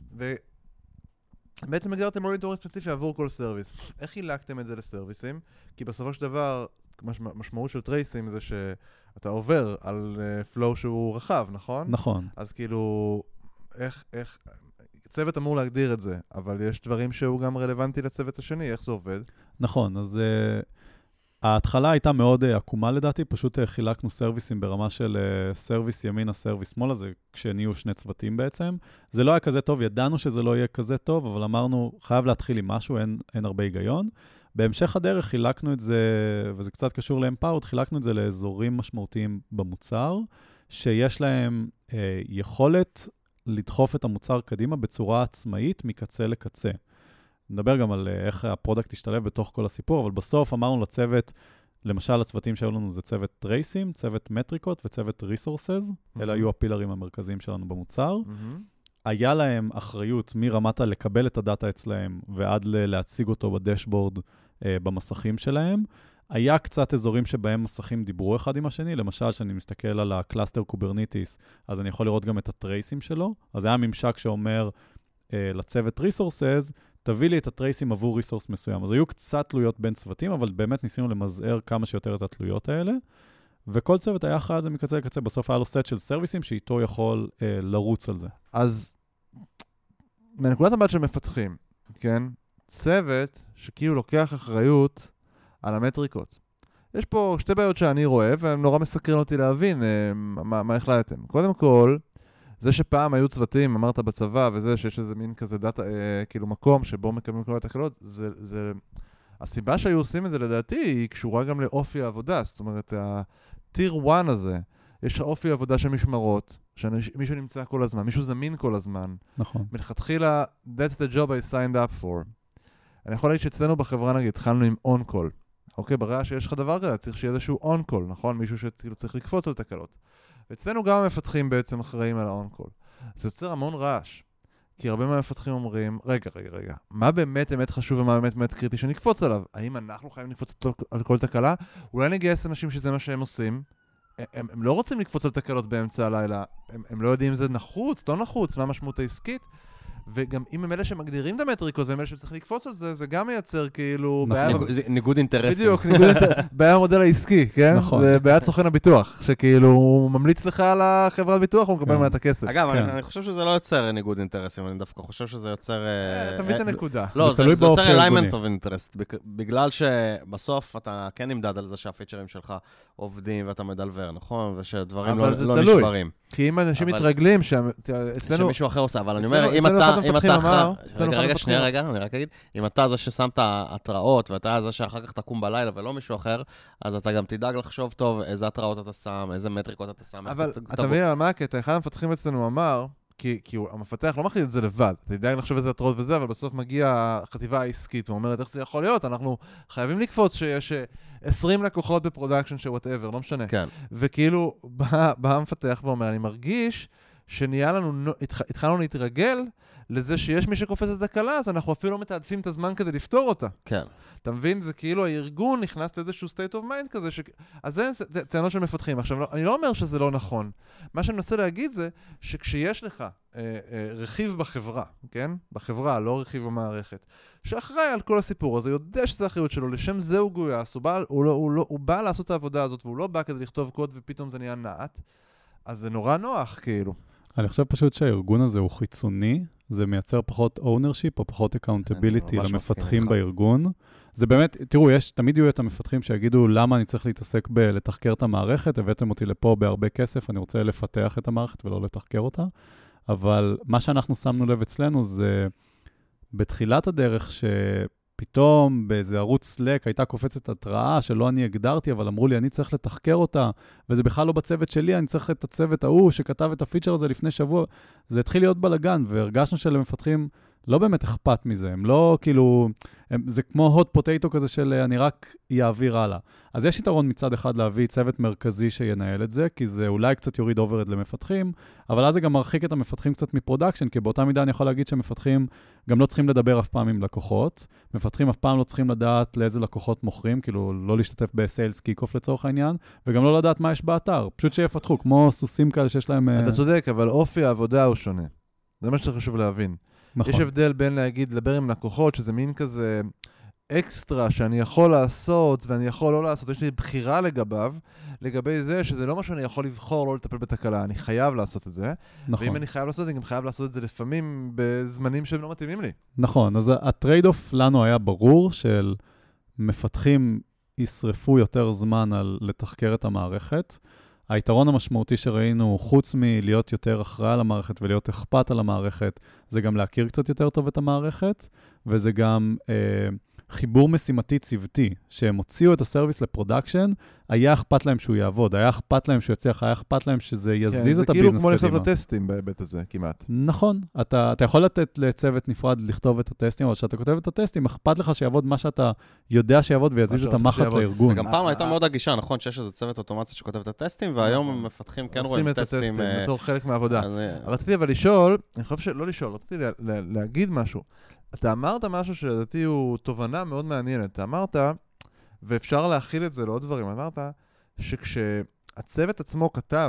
[SPEAKER 2] ובעצם הגדרתם מוניטור ספציפי עבור כל סרוויס. איך חילקתם את זה לסרוויסים? כי בסופו של דבר, משמעות של טרייסים זה שאתה עובר על פלואו שהוא רחב, נכון?
[SPEAKER 3] נכון.
[SPEAKER 2] אז כאילו, איך, צוות אמור להגדיר את זה, אבל יש דברים שהוא גם רלוונטי לצוות השני, איך זה עובד?
[SPEAKER 3] נכון, אז ההתחלה הייתה מאוד עקומה לדעתי, פשוט חילקנו סרוויסים ברמה של סרוויס ימינה, סרוויס שמאלה, זה כשנהיו שני צוותים בעצם. זה לא היה כזה טוב, ידענו שזה לא יהיה כזה טוב, אבל אמרנו, חייב להתחיל עם משהו, אין הרבה היגיון. בהמשך הדרך חילקנו את זה, וזה קצת קשור ל-Empowered, חילקנו את זה לאזורים משמעותיים במוצר, שיש להם יכולת לדחוף את המוצר קדימה בצורה עצמאית מקצה לקצה. נדבר גם על איך הפרודקט ישתלב בתוך כל הסיפור, אבל בסוף אמרנו לצוות, למשל הצוותים שהיו לנו זה צוות טרייסים, צוות מטריקות וצוות ריסורסס, אלה היו הפילרים המרכזיים שלנו במוצר. היה להם אחריות מרמת לקבל את הדאטה אצלהם ועד להציג אותו בדשבורד במסכים שלהם. היה קצת אזורים שבהם מסכים דיברו אחד עם השני, למשל שאני מסתכל על הקלאסטר קוברניטיס, אז אני יכול לראות גם את הטרייסים שלו, אז היה ממשק שאומר לצוות ריסורסס, תביא לי את הטרייסים עבור ריסורס מסוים. אז היו קצת תלויות בין צוותים, אבל באמת ניסינו למזער כמה שיותר את התלויות האלה, וכל צוות היה אחת זה מקצה לקצה, בסוף היה לו סט של סרוויסים שאיתו יכול לרוץ על זה.
[SPEAKER 2] אז מנקודת המבט של מפתחים, כן? צוות שכאילו לוקח אחריות על המטריקות. יש פה שתי בעיות שאני רואה, והם נורא מסקרן אותי להבין מה החלטתם. קודם כל, זה שפעם היו צוותים, אמרת בצבא, וזה שיש איזה מין כזה דאטה, כאילו מקום שבו מקבלים כל התקלות, הסיבה שהיו עושים את זה לדעתי היא קשורה גם לאופי העבודה. זאת אומרת, הטיר 1 הזה, יש אופי עבודה של משמרות, שמישהו נמצא כל הזמן, מישהו זמין כל הזמן.
[SPEAKER 3] נכון.
[SPEAKER 2] מלכתחילה, that's the job I signed up for. אני יכול להגיד שאצלנו בחברה נגיד, התחלנו עם on-call. אוקיי, ברגע שיש לך דבר כזה, צריך שיהיה איזשהו on-call, נכון? מישהו שכאילו צריך לקפוץ על תקלות. ואצלנו גם המפתחים בעצם אחראים על ה-on-call. זה יוצר המון רעש. כי הרבה מהמפתחים אומרים, רגע, מה באמת חשוב ומה באמת קריטי שנקפוץ עליו? האם אנחנו חייבים לקפוץ על כל תקלה? אולי נגייס אנשים שזה מה שהם עושים. הם לא רוצים לקפוץ על תקלות באמצע הלילה. הם לא יודעים אם זה נחוץ, לא נחוץ, מה המשמעות העסקית. וגם אם הם אלה שמגדירים את המטריקות והם אלה שצריך לקפוץ על זה, זה גם מייצר כאילו...
[SPEAKER 1] ניגוד אינטרסים.
[SPEAKER 2] בדיוק, בעיה המודל העסקי, כן? זה בעיית סוכן הביטוח, שכאילו הוא ממליץ לך על החברת ביטוח, הוא מקבל מה את הכסף.
[SPEAKER 1] אגב, אני חושב שזה לא יוצר ניגוד אינטרסים, אני דווקא חושב שזה יוצר...
[SPEAKER 2] אתה מבין את הנקודה.
[SPEAKER 1] לא, זה יוצר alignment of interest, בגלל שבסוף אתה כן נמדד על זה שהפיצ'רים שלך עובדים ואתה מדלבר, נכון? ושדברים לא נשברים.
[SPEAKER 2] כי אם אנשים מתרגלים
[SPEAKER 1] שמישהו אחר עושה, אבל אני אומר, אם אתה זה ששמת התראות, ואתה זה שאחר כך תקום בלילה ולא מישהו אחר, אז אתה גם תדאג לחשוב טוב איזה התראות אתה שם, איזה מטריקות אתה שם.
[SPEAKER 2] אבל אתה מבין על מה הקטע? אחד המפתחים אצלנו אמר, כי המפתח לא מחליט את זה לבד. אתה יודע לחשוב איזה התראות וזה, אבל בסוף מגיעה החטיבה העסקית ואומרת, איך זה יכול להיות? אנחנו חייבים לקפוץ שיש 20 לקוחות בפרודקשן של whatever, לא משנה.
[SPEAKER 1] כן.
[SPEAKER 2] וכאילו, בא המפתח ואומר, אני מרגיש התחלנו להתרגל לזה שיש מי שקופץ את הקלה, אז אנחנו אפילו לא מתעדפים את הזמן כדי לפתור אותה.
[SPEAKER 1] כן.
[SPEAKER 2] אתה מבין? זה כאילו הארגון נכנס לאיזשהו state of mind כזה, אז זה טענות של מפתחים. עכשיו, אני לא אומר שזה לא נכון. מה שאני מנסה להגיד זה, שכשיש לך רכיב בחברה, כן? בחברה, לא רכיב במערכת, שאחראי על כל הסיפור הזה, יודע שזה האחריות שלו, לשם זה הוא גויס, הוא בא לעשות את העבודה הזאת, והוא לא בא כדי לכתוב קוד ופתאום זה נהיה נעט, אז זה נורא נוח, כאילו.
[SPEAKER 3] אני חושב פשוט שהארגון הזה הוא חיצוני, זה מייצר פחות ownership או פחות accountability למפתחים בארגון. זה באמת, תראו, תמיד יהיו את המפתחים שיגידו למה אני צריך להתעסק בלתחקר את המערכת, הבאתם אותי לפה בהרבה כסף, אני רוצה לפתח את המערכת ולא לתחקר אותה, אבל מה שאנחנו שמנו לב אצלנו זה בתחילת הדרך פתאום באיזה ערוץ Slack הייתה קופצת התראה שלא אני הגדרתי, אבל אמרו לי, אני צריך לתחקר אותה, וזה בכלל לא בצוות שלי, אני צריך את הצוות ההוא שכתב את הפיצ'ר הזה לפני שבוע. זה התחיל להיות בלגן, והרגשנו שלמפתחים לא באמת אכפת מזה, הם לא כאילו, זה כמו hot potato כזה של אני רק יעביר הלאה. אז יש יתרון מצד אחד להביא צוות מרכזי שינהל את זה, כי זה אולי קצת יוריד overhead למפתחים, אבל אז זה גם מרחיק את המפתחים קצת מפרודקשן, כי באותה מידה אני יכול להגיד שמפתחים גם לא צריכים לדבר אף פעם עם לקוחות, מפתחים אף פעם לא צריכים לדעת לאיזה לקוחות מוכרים, כאילו לא להשתתף בסיילס קיק-אוף לצורך העניין, וגם לא לדעת מה יש באתר, פשוט שיפתחו, כמו סוסים כאלה שיש להם...
[SPEAKER 2] אתה צודק, אבל אופי העבודה הוא שונה. זה מה שחשוב להבין.
[SPEAKER 3] נכון.
[SPEAKER 2] יש הבדל בין לדבר עם לקוחות, שזה מין כזה אקסטרה שאני יכול לעשות ואני יכול לא לעשות, יש לי בחירה לגבי זה שזה לא מה שאני יכול לבחור לא לטפל בתקלה, אני חייב לעשות את זה. נכון. ואם אני חייב לעשות את זה, אני גם חייב לעשות את זה לפעמים בזמנים שהם לא מתאימים לי.
[SPEAKER 3] נכון, אז הטרייד-אוף לנו היה ברור של מפתחים ישרפו יותר זמן על לתחקר את המערכת. היתרון המשמעותי שראינו, חוץ מלהיות יותר אחראי על המערכת ולהיות אכפת על המערכת, זה גם להכיר קצת יותר טוב את המערכת, וזה גם חיבור משימתי צוותי, שהם הוציאו את הסרוויס לפרודקשן, היה אכפת להם שהוא יעבוד, היה אכפת להם שהוא יצליח, היה אכפת להם שזה יזיז את הביזנס קדימה.
[SPEAKER 2] זה כאילו כמו לכתוב את הטסטים בהיבט הזה, כמעט.
[SPEAKER 3] נכון, אתה יכול לתת לצוות נפרד לכתוב את הטסטים, אבל כשאתה כותב את הטסטים, אכפת לך שיעבוד מה שאתה יודע שיעבוד ויזיז את המחט לארגון.
[SPEAKER 1] זה גם פעם הייתה מאוד הגישה, נכון, שיש איזה צוות אוטומציה שכותב את הטסטים, והיום מפתחים כן רואים טסטים.
[SPEAKER 2] בתור חלק מהעבודה. רציתי אבל לשאול, אני חושב שלא לשאול, רציתי להגיד משהו. אתה אמרת משהו שלדעתי הוא תובנה מאוד מעניינת. אתה אמרת, ואפשר להכיל את זה לעוד דברים, אמרת שכשהצוות עצמו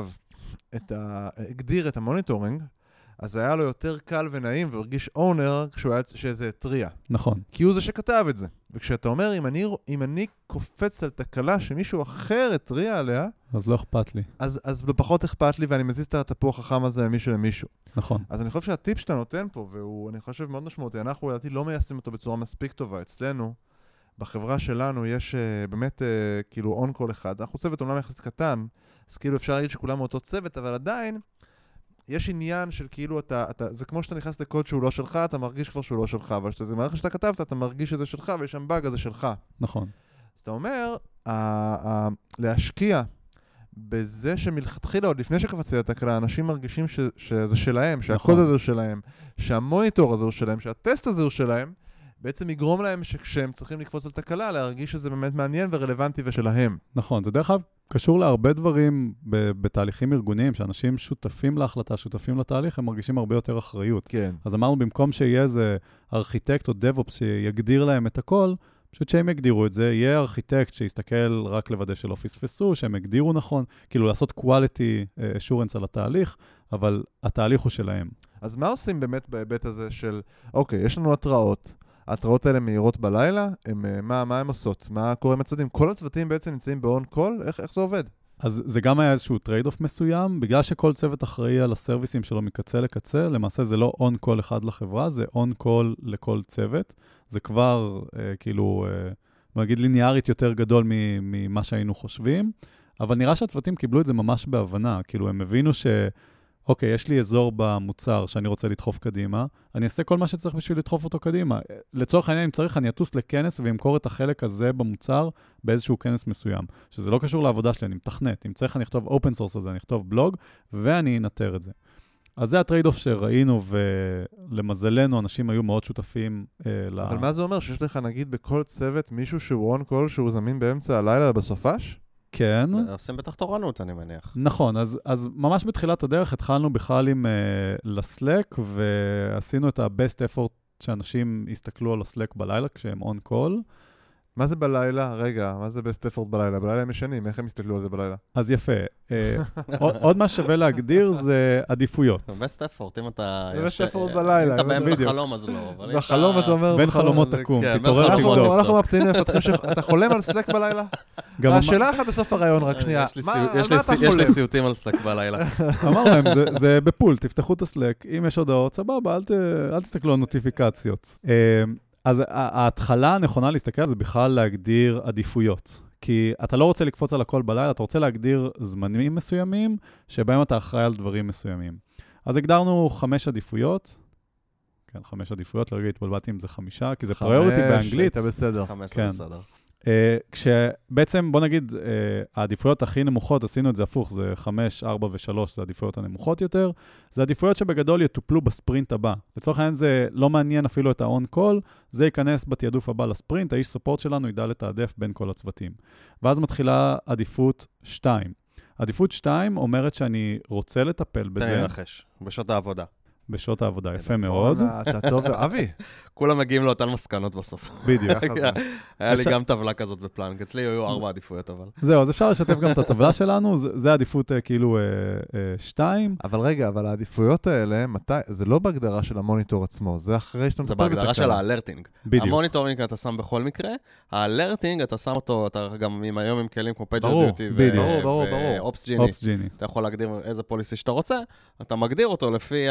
[SPEAKER 2] הגדיר את המוניטורינג, אז היה לו יותר קל ונעים והרגיש אונר שזה טריה.
[SPEAKER 3] נכון.
[SPEAKER 2] כי הוא זה שכתב את זה. וכשאתה אומר, אם אני קופץ על תקלה שמישהו אחר הטריה עליה,
[SPEAKER 3] אז לא אכפת לי.
[SPEAKER 2] אז בפחות אכפת לי, ואני מזיז את התפוח החם הזה ממישהו למישהו.
[SPEAKER 3] נכון.
[SPEAKER 2] אז אני חושב שהטיפ שאתה נותן פה, והוא, אני חושב, מאוד משמעותי, אנחנו לדעתי לא מיישמים אותו בצורה מספיק טובה. אצלנו, בחברה שלנו, יש באמת כאילו און כל אחד. אנחנו צוות אומנם יחסית קטן, אז כאילו אפשר להגיד שכולם מאותו צוות, אבל עדיין יש עניין של כאילו זה כמו שאתה נכנס לקוד שהוא לא שלך, אתה מרגיש כבר שהוא לא שלך, אבל שזה מערכת שאתה כתבת, אתה מרגיש שזה שלך, ויש שם באג, אז זה שלך.
[SPEAKER 3] נכון.
[SPEAKER 2] אז אתה אומר, להשקיע בזה שמלכתחילה, עוד לפני שקפצתי לתקלה, אנשים מרגישים שזה שלהם, שהקוד הזה הוא שלהם, שהמוניטור הזה הוא שלהם, שהטסט הזה הוא שלהם, בעצם יגרום להם שכשהם צריכים לקפוץ על תקלה, להרגיש שזה באמת מעניין ורלוונטי ושלהם.
[SPEAKER 3] נכון, זה דרך אגב קשור להרבה דברים בתהליכים ארגוניים, שאנשים שותפים להחלטה, שותפים לתהליך, הם מרגישים הרבה יותר אחריות.
[SPEAKER 2] כן.
[SPEAKER 3] אז אמרנו, במקום שיהיה איזה ארכיטקט או DevOps שיגדיר להם את הכל, פשוט שהם יגדירו את זה, יהיה ארכיטקט שיסתכל רק לוודא שלא פספסו, שהם הגדירו נכון, כאילו לעשות quality assurance על התהליך, אבל התהליך הוא שלהם.
[SPEAKER 2] אז מה עושים באמת בהיבט הזה של, אוקיי, יש לנו התראות, ההתראות האלה מהירות בלילה, מה הם עושות? מה קורה עם הצוותים? כל הצוותים בעצם נמצאים באון-קול? איך זה עובד?
[SPEAKER 3] אז זה גם היה איזשהו טרייד-אוף מסוים, בגלל שכל צוות אחראי על הסרוויסים שלו מקצה לקצה, למעשה זה לא און-קול אחד לחברה, זה און-קול לכל צוות. זה כבר כאילו, נגיד ליניארית יותר גדול ממה שהיינו חושבים, אבל נראה שהצוותים קיבלו את זה ממש בהבנה, כאילו הם הבינו אוקיי, יש לי אזור במוצר שאני רוצה לדחוף קדימה, אני אעשה כל מה שצריך בשביל לדחוף אותו קדימה. לצורך העניין, אם צריך, אני אטוס לכנס וימכור את החלק הזה במוצר באיזשהו כנס מסוים, שזה לא קשור לעבודה שלי, אני מתכנת. אם צריך, אני אכתוב open source הזה, אני אכתוב בלוג, ואני אנטר את זה. אז זה הטרייד-אוף שראינו, ולמזלנו, אנשים היו מאוד שותפים
[SPEAKER 2] אבל מה זה אומר? שיש לך, נגיד, בכל צוות מישהו שהוא און קול, שהוא זמין באמצע הלילה בסופש?
[SPEAKER 3] כן.
[SPEAKER 1] עושים בטח תורנות, אני מניח.
[SPEAKER 3] נכון, אז ממש בתחילת הדרך התחלנו בכלל עם לסלק, ועשינו את ה-best effort שאנשים יסתכלו על הסלק בלילה כשהם און קול.
[SPEAKER 2] מה זה בלילה? רגע, מה זה best effort בלילה? בלילה הם ישנים, איך הם יסתכלו על זה בלילה?
[SPEAKER 3] אז יפה. עוד מה שווה להגדיר זה עדיפויות.
[SPEAKER 1] best effort, אם אתה...
[SPEAKER 2] best effort בלילה.
[SPEAKER 1] אם אתה באמצע חלום, אז לא.
[SPEAKER 2] בחלום אתה אומר...
[SPEAKER 3] בין חלומות תקום, תתעורר תבדוק.
[SPEAKER 2] אנחנו מפתיעים לפתחים אתה חולם על סלק בלילה? השאלה אחת בסוף הרעיון, רק שנייה.
[SPEAKER 1] יש לי סיוטים על סלק בלילה.
[SPEAKER 3] אמר להם, זה בפול, תפתחו את הסלק. אם יש הודעות, סבבה, אל תסתכלו על נוטיפיקציות. אז ההתחלה הנכונה להסתכל זה בכלל להגדיר עדיפויות. כי אתה לא רוצה לקפוץ על הכל בלילה, אתה רוצה להגדיר זמנים מסוימים, שבהם אתה אחראי על דברים מסוימים. אז הגדרנו 5 עדיפויות. כן, 5 עדיפויות, לרגע התבלבלתי אם זה 5, כי זה פריוריטי באנגלית.
[SPEAKER 2] 5, בסדר.
[SPEAKER 1] 5 בסדר.
[SPEAKER 3] כשבעצם, בוא נגיד, העדיפויות הכי נמוכות, עשינו את זה הפוך, זה 5, 4 ו3, זה העדיפויות הנמוכות יותר. זה עדיפויות שבגדול יטופלו בספרינט הבא. לצורך העניין זה לא מעניין אפילו את ה-on-call, זה ייכנס בתיעדוף הבא לספרינט, האיש סופורט שלנו ידע לתעדף בין כל הצוותים. ואז מתחילה עדיפות 2. עדיפות 2 אומרת שאני רוצה לטפל בזה.
[SPEAKER 1] תן לי לנחש, בשעות העבודה.
[SPEAKER 3] בשעות העבודה, יפה מאוד.
[SPEAKER 2] אתה טוב, אבי.
[SPEAKER 1] כולם מגיעים לאותן מסקנות בסוף.
[SPEAKER 3] בדיוק.
[SPEAKER 1] היה לי גם טבלה כזאת בפלנק, אצלי היו 4 עדיפויות אבל.
[SPEAKER 3] זהו, אז אפשר לשתף גם את הטבלה שלנו, זה עדיפות כאילו 2.
[SPEAKER 2] אבל רגע, אבל העדיפויות האלה, זה לא בהגדרה של המוניטור עצמו, זה אחרי שאתה
[SPEAKER 1] זה בהגדרה של האלרטינג.
[SPEAKER 3] בדיוק.
[SPEAKER 1] המוניטורינג אתה שם בכל מקרה, האלרטינג אתה שם אותו, אתה גם היום עם כלים כמו PagerDuty ו-Ops Genie, אתה יכול להגדיר איזה פוליסי שאתה רוצה, אתה מגדיר אותו לפי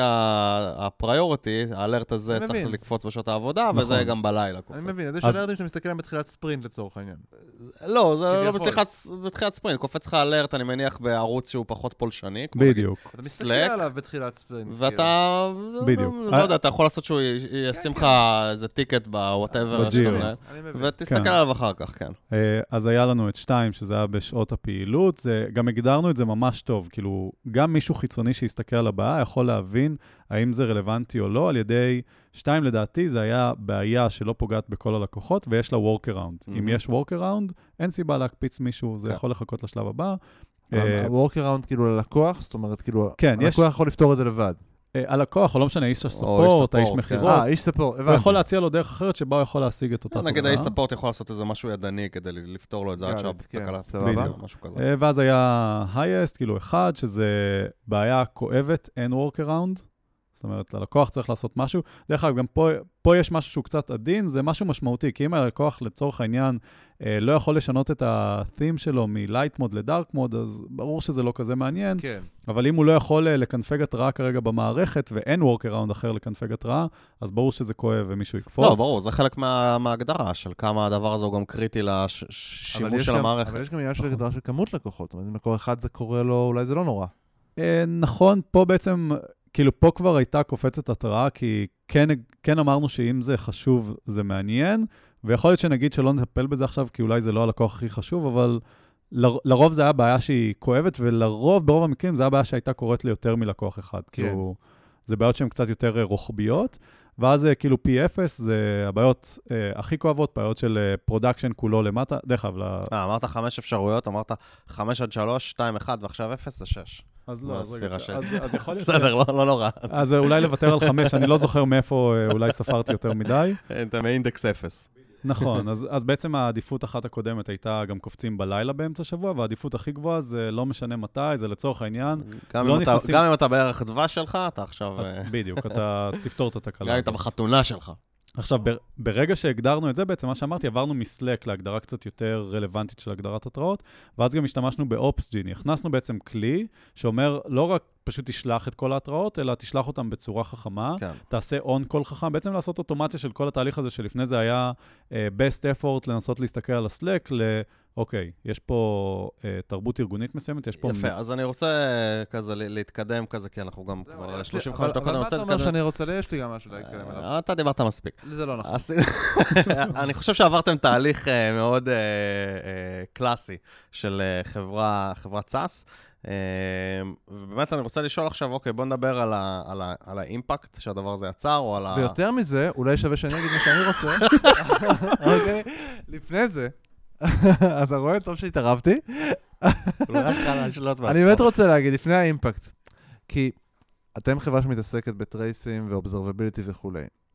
[SPEAKER 1] הפריוריטי, האלרט הזה צריך לקפוץ בשעות העבודה, וזה גם בלילה.
[SPEAKER 2] אני מבין, יש אלרטים שאתה מסתכל עליהם בתחילת ספרינט לצורך העניין.
[SPEAKER 1] לא, זה לא בתחילת ספרינט, קופץ לך אלרט, אני מניח בערוץ שהוא פחות פולשני.
[SPEAKER 3] בדיוק.
[SPEAKER 2] אתה מסתכל עליו בתחילת ספרינט.
[SPEAKER 1] ואתה, לא יודע, אתה יכול לעשות שהוא ישים לך איזה טיקט בוואטאבר, ותסתכל עליו אחר כך, כן.
[SPEAKER 3] אז היה לנו את 2, שזה היה בשעות הפעילות, גם הגדרנו את זה ממש טוב, כאילו, גם מישהו חיצוני שיסתכל על הבאה יכול להבין האם זה רלוונטי או לא, על ידי 2 לדעתי זה היה בעיה שלא פוגעת בכל הלקוחות, ויש לה workaround. אם יש workaround, אין סיבה להקפיץ מישהו, זה יכול לחכות לשלב הבא.
[SPEAKER 2] ה-workaround כאילו ללקוח, זאת אומרת, כאילו, הלקוח יכול לפתור את זה לבד.
[SPEAKER 3] הלקוח, או לא משנה, איש הספורט, האיש מחירות.
[SPEAKER 2] איש ספורט, הבנתי.
[SPEAKER 3] הוא יכול להציע לו דרך אחרת שבה הוא יכול להשיג את אותה תוצאה.
[SPEAKER 1] נגיד, האיש ספורט יכול לעשות איזה משהו ידני כדי לפתור לו את זה עד שהתקלה. משהו כזה.
[SPEAKER 3] ואז היה highest, כאילו 1, שזה בעיה כואבת, אין workaround. זאת אומרת, ללקוח צריך לעשות משהו. דרך אגב, גם פה יש משהו שהוא קצת עדין, זה משהו משמעותי, כי אם הלקוח לצורך העניין לא יכול לשנות את ה-theme שלו מ-light mode ל-dark mode, אז ברור שזה לא כזה מעניין.
[SPEAKER 2] כן.
[SPEAKER 3] אבל אם הוא לא יכול לקנפג התראה כרגע במערכת, ואין workaround אחר לקנפג התראה, אז ברור שזה כואב ומישהו יקפוץ.
[SPEAKER 1] לא, ברור, זה חלק מההגדרה של כמה הדבר הזה הוא גם קריטי לשימוש של המערכת.
[SPEAKER 2] אבל יש גם עניין של הגדרה של כמות לקוחות. זאת אומרת, אם לקוח אחד זה קורה לו, אולי זה לא נורא.
[SPEAKER 3] נכון, פה בעצם, כאילו פה כבר הייתה קופצת התראה, כי כן אמרנו שאם זה חשוב, זה מעניין, ויכול להיות שנגיד שלא נטפל בזה עכשיו, כי אולי זה לא הלקוח הכי חשוב, אבל לרוב זה היה בעיה שהיא כואבת, ולרוב, ברוב המקרים, זה היה בעיה שהייתה קורית ליותר מלקוח אחד. כאילו, זה בעיות שהן קצת יותר רוחביות, ואז כאילו P0, זה הבעיות הכי כואבות, בעיות של פרודקשן כולו למטה, דרך אגב.
[SPEAKER 1] אמרת 5 אפשרויות, אמרת 5 עד 3, 2, 1, ועכשיו 0 זה 6.
[SPEAKER 3] אז לא, אז יכול להיות...
[SPEAKER 1] בסדר, לא נורא.
[SPEAKER 3] אז אולי לוותר על 5, אני לא זוכר מאיפה אולי ספרתי יותר מדי.
[SPEAKER 1] אתה מאינדקס 0.
[SPEAKER 3] נכון, אז בעצם העדיפות אחת הקודמת הייתה גם קופצים בלילה באמצע שבוע, והעדיפות הכי גבוהה זה לא משנה מתי, זה לצורך העניין.
[SPEAKER 1] גם אם אתה בערך דבש שלך, אתה עכשיו...
[SPEAKER 3] בדיוק, אתה תפתור את התקלה.
[SPEAKER 1] גם אם אתה בחתונה שלך.
[SPEAKER 3] עכשיו, ברגע שהגדרנו את זה, בעצם מה שאמרתי, עברנו מסלק להגדרה קצת יותר רלוונטית של הגדרת התראות, ואז גם השתמשנו ב-Ops Genie. הכנסנו בעצם כלי שאומר, לא רק פשוט תשלח את כל ההתראות, אלא תשלח אותם בצורה חכמה, כן. תעשה on-call חכם, בעצם לעשות אוטומציה של כל התהליך הזה, שלפני זה היה best effort לנסות להסתכל על הסלק, אוקיי, יש פה תרבות ארגונית מסוימת, יש פה...
[SPEAKER 1] יפה, אז אני רוצה כזה להתקדם כזה, כי אנחנו גם כבר 35 דקות.
[SPEAKER 2] אבל מה אתה אומר שאני רוצה? יש לי גם משהו להתקדם עליו.
[SPEAKER 1] אתה דיברת מספיק.
[SPEAKER 2] זה לא נכון.
[SPEAKER 1] אני חושב שעברתם תהליך מאוד קלאסי של חברת SaaS, ובאמת אני רוצה לשאול עכשיו, אוקיי, בוא נדבר על האימפקט שהדבר הזה יצר, או על
[SPEAKER 2] ויותר מזה, אולי שווה שאני אגיד מה שאני רוצה. אוקיי, לפני זה, אתה רואה? טוב שהתערבתי. אני באמת רוצה להגיד, לפני האימפקט, כי אתם חברה שמתעסקת בטרייסים ואובזרבביליטי וכו'.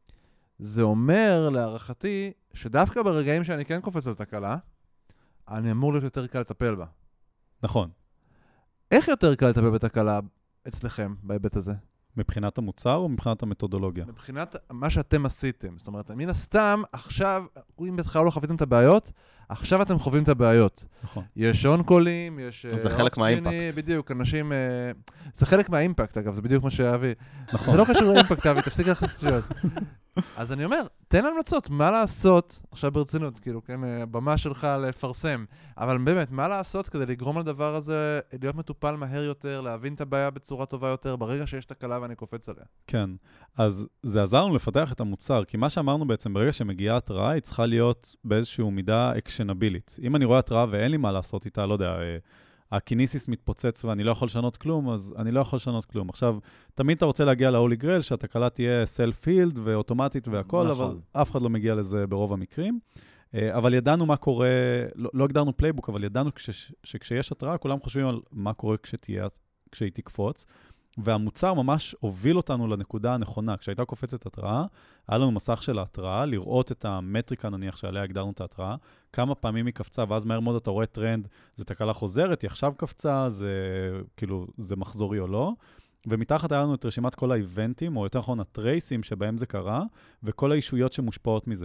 [SPEAKER 2] זה אומר, להערכתי, שדווקא ברגעים שאני כן קופץ על תקלה, אני אמור להיות יותר קל לטפל בה.
[SPEAKER 3] נכון.
[SPEAKER 2] איך יותר קל לטפל בתקלה אצלכם בהיבט הזה?
[SPEAKER 3] מבחינת המוצר או מבחינת המתודולוגיה?
[SPEAKER 2] מבחינת מה שאתם עשיתם. זאת אומרת, מן הסתם, עכשיו, אם בכלל לא חוויתם את הבעיות, עכשיו אתם חווים את הבעיות.
[SPEAKER 3] נכון.
[SPEAKER 2] יש און-קולים, יש...
[SPEAKER 1] זה חלק מהאימפקט.
[SPEAKER 2] בדיוק, אנשים... זה חלק מהאימפקט, אגב, זה בדיוק מה שאהבי.
[SPEAKER 3] נכון.
[SPEAKER 2] זה לא קשור לאימפקט, אהבי, תפסיק לך שטויות. אז אני אומר, תן המלצות, מה לעשות, עכשיו ברצינות, כאילו, כן, במה שלך לפרסם, אבל באמת, מה לעשות כדי לגרום לדבר הזה, להיות מטופל מהר יותר, להבין את הבעיה בצורה טובה יותר, ברגע שיש תקלה ואני קופץ עליה.
[SPEAKER 3] כן, אז זה עזר לנו לפתח את המוצר, כי מה שאמרנו בעצם, ברגע שמגיעה התראה, היא צריכה להיות באיזשהו מידה אקשנבילית. אם אני רואה התראה ואין לי מה לעשות איתה, לא יודע, הקיניסיס מתפוצץ ואני לא יכול לשנות כלום, אז אני לא יכול לשנות כלום. עכשיו, תמיד אתה רוצה להגיע להולי גרייל, שהתקלה תהיה סלף-פילד ואוטומטית והכל, נכון. אבל אף אחד לא מגיע לזה ברוב המקרים. אבל ידענו מה קורה, לא הגדרנו פלייבוק, אבל ידענו שכשיש התראה, כולם חושבים על מה קורה כשהיא תקפוץ, והמוצר ממש הוביל אותנו לנקודה הנכונה. כשהייתה קופצת התראה, היה לנו מסך של ההתראה, לראות את המטריקה נניח שעליה הגדרנו את ההתראה, כמה פעמים היא קפצה, ואז מהר מאוד אתה רואה טרנד, זה תקלה חוזרת, היא עכשיו קפצה, זה כאילו, זה מחזורי או לא, ומתחת היה לנו את רשימת כל האיבנטים, או יותר נכון הטרייסים שבהם זה קרה, וכל האישויות שמושפעות מזה.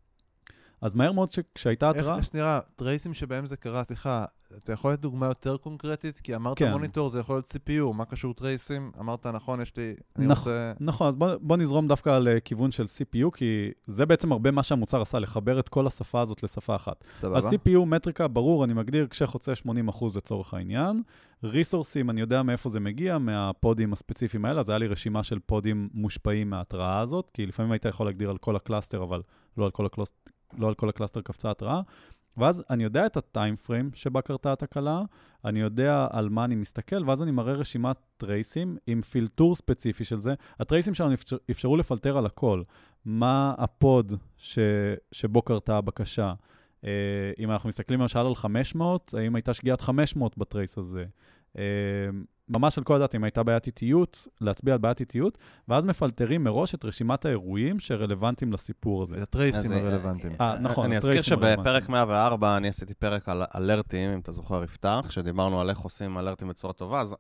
[SPEAKER 3] אז מהר מאוד כשהייתה התראה...
[SPEAKER 2] איך נראה, טרייסים שבהם זה קרה, סליחה, אתה יכול להיות דוגמה יותר קונקרטית? כי אמרת מוניטור, זה יכול להיות CPU, מה קשור טרייסים? אמרת נכון, יש לי...
[SPEAKER 3] נכון, אז בוא נזרום דווקא לכיוון של CPU, כי זה בעצם הרבה מה שהמוצר עשה, לחבר את כל השפה הזאת לשפה אחת.
[SPEAKER 2] סבבה.
[SPEAKER 3] אז CPU, מטריקה, ברור, אני מגדיר כשחוצה 80% לצורך העניין. ריסורסים, אני יודע מאיפה זה מגיע, מהפודים הספציפיים האלה, אז היה לי רשימה של פודים מושפעים מההתראה הזאת, כי לפעמים היית יכול להגדיר על כל הקלאסטר, אבל לא על כל הקלאסטר קפצה התראה, ואז אני יודע את הטיים פריים שבה קרתה התקלה, אני יודע על מה אני מסתכל, ואז אני מראה רשימת טרייסים עם פילטור ספציפי של זה. הטרייסים שלנו אפשרו לפלטר על הכל. מה הפוד שבו קרתה הבקשה? אם אנחנו מסתכלים למשל על 500, האם הייתה שגיאת 500 בטרייס הזה? ממש על כל הדעת, אם הייתה בעיית איטיות, להצביע על בעיית איטיות, ואז מפלטרים מראש את רשימת האירועים שרלוונטיים לסיפור הזה.
[SPEAKER 2] הטרייסים הרלוונטיים.
[SPEAKER 3] נכון,
[SPEAKER 1] אני אזכיר שבפרק 104 אני עשיתי פרק על אלרטים, אם אתה זוכר יפתח, שדיברנו על איך עושים אלרטים בצורה טובה, אז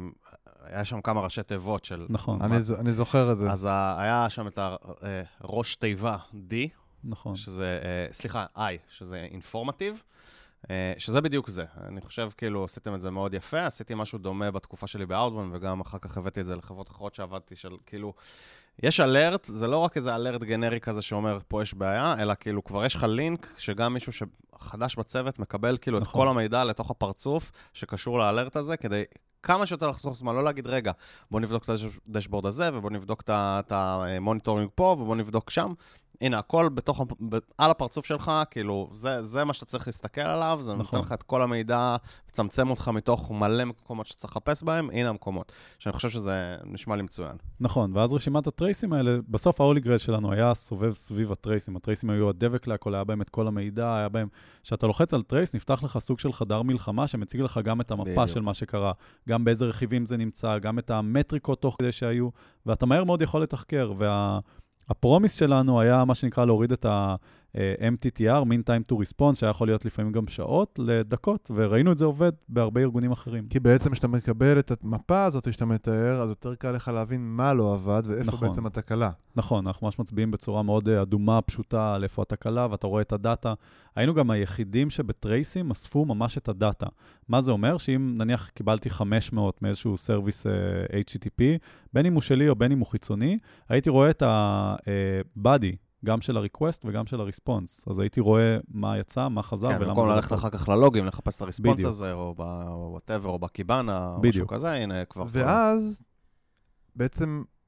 [SPEAKER 1] היה שם כמה ראשי תיבות של...
[SPEAKER 3] נכון.
[SPEAKER 2] אני זוכר את זה.
[SPEAKER 1] אז היה שם את הראש תיבה D,
[SPEAKER 3] נכון.
[SPEAKER 1] שזה, סליחה, I, שזה אינפורמטיב, שזה בדיוק זה. אני חושב כאילו עשיתם את זה מאוד יפה, עשיתי משהו דומה בתקופה שלי באוטבון, וגם אחר כך הבאתי את זה לחברות אחרות שעבדתי של כאילו, יש אלרט, זה לא רק איזה אלרט גנרי כזה שאומר פה יש בעיה, אלא כאילו כבר יש לך לינק שגם מישהו שחדש בצוות מקבל כאילו את כל המידע לתוך הפרצוף שקשור לאלרט הזה, כדי כמה שיותר לחסוך זמן, לא להגיד רגע, בוא נבדוק את הדשבורד הזה, ובוא נבדוק את המוניטורינג פה, ובוא נבדוק שם. הנה, הכל בתוך, על הפרצוף שלך, כאילו, זה מה שאתה צריך להסתכל עליו, זה נותן לך את כל המידע, מצמצם אותך מתוך מלא מקומות שצריך לחפש בהם, הנה המקומות, שאני חושב שזה נשמע לי מצוין.
[SPEAKER 3] נכון, ואז רשימת הטרייסים האלה, בסוף ההולי גרייל שלנו היה סובב סביב הטרייסים, הטרייסים היו הדבק להכל, היה בהם את כל המידע, היה בהם, שאתה לוחץ על טרייס, נפתח לך סוג של חדר מלחמה, שמציג לך גם את המפה של מה שקרה, גם באיזה רכיבים זה נמצא, גם את המטריקות תוך כדי שהיו, ואתה מהר מאוד יכול לתחקר, הפרומיס שלנו היה מה שנקרא להוריד את ה-MTTR, Mean Time to Response, שהיה יכול להיות לפעמים גם שעות לדקות, וראינו את זה עובד בהרבה ארגונים אחרים.
[SPEAKER 2] כי בעצם כשאתה מקבל את המפה הזאת שאתה מתאר, אז יותר קל לך להבין מה לא עבד ואיפה
[SPEAKER 3] נכון.
[SPEAKER 2] בעצם התקלה.
[SPEAKER 3] נכון, אנחנו ממש מצביעים בצורה מאוד אדומה, פשוטה, על איפה התקלה, ואתה רואה את הדאטה. היינו גם היחידים שבטרייסים אספו ממש את הדאטה. מה זה אומר? שאם נניח קיבלתי 500 מאיזשהו סרוויס HTTP, בין אם הוא שלי או בין אם הוא חיצוני, הייתי רואה את ה-body, גם של ה-request וגם של ה-response. אז הייתי רואה מה יצא, מה חזר ולמה זה...
[SPEAKER 1] כן, במקום ללכת אחר כך ללוגים, לחפש את ה-response הזה, או whatever, או בקיבנה, או משהו כזה, הנה כבר...
[SPEAKER 2] ואז, בעצם,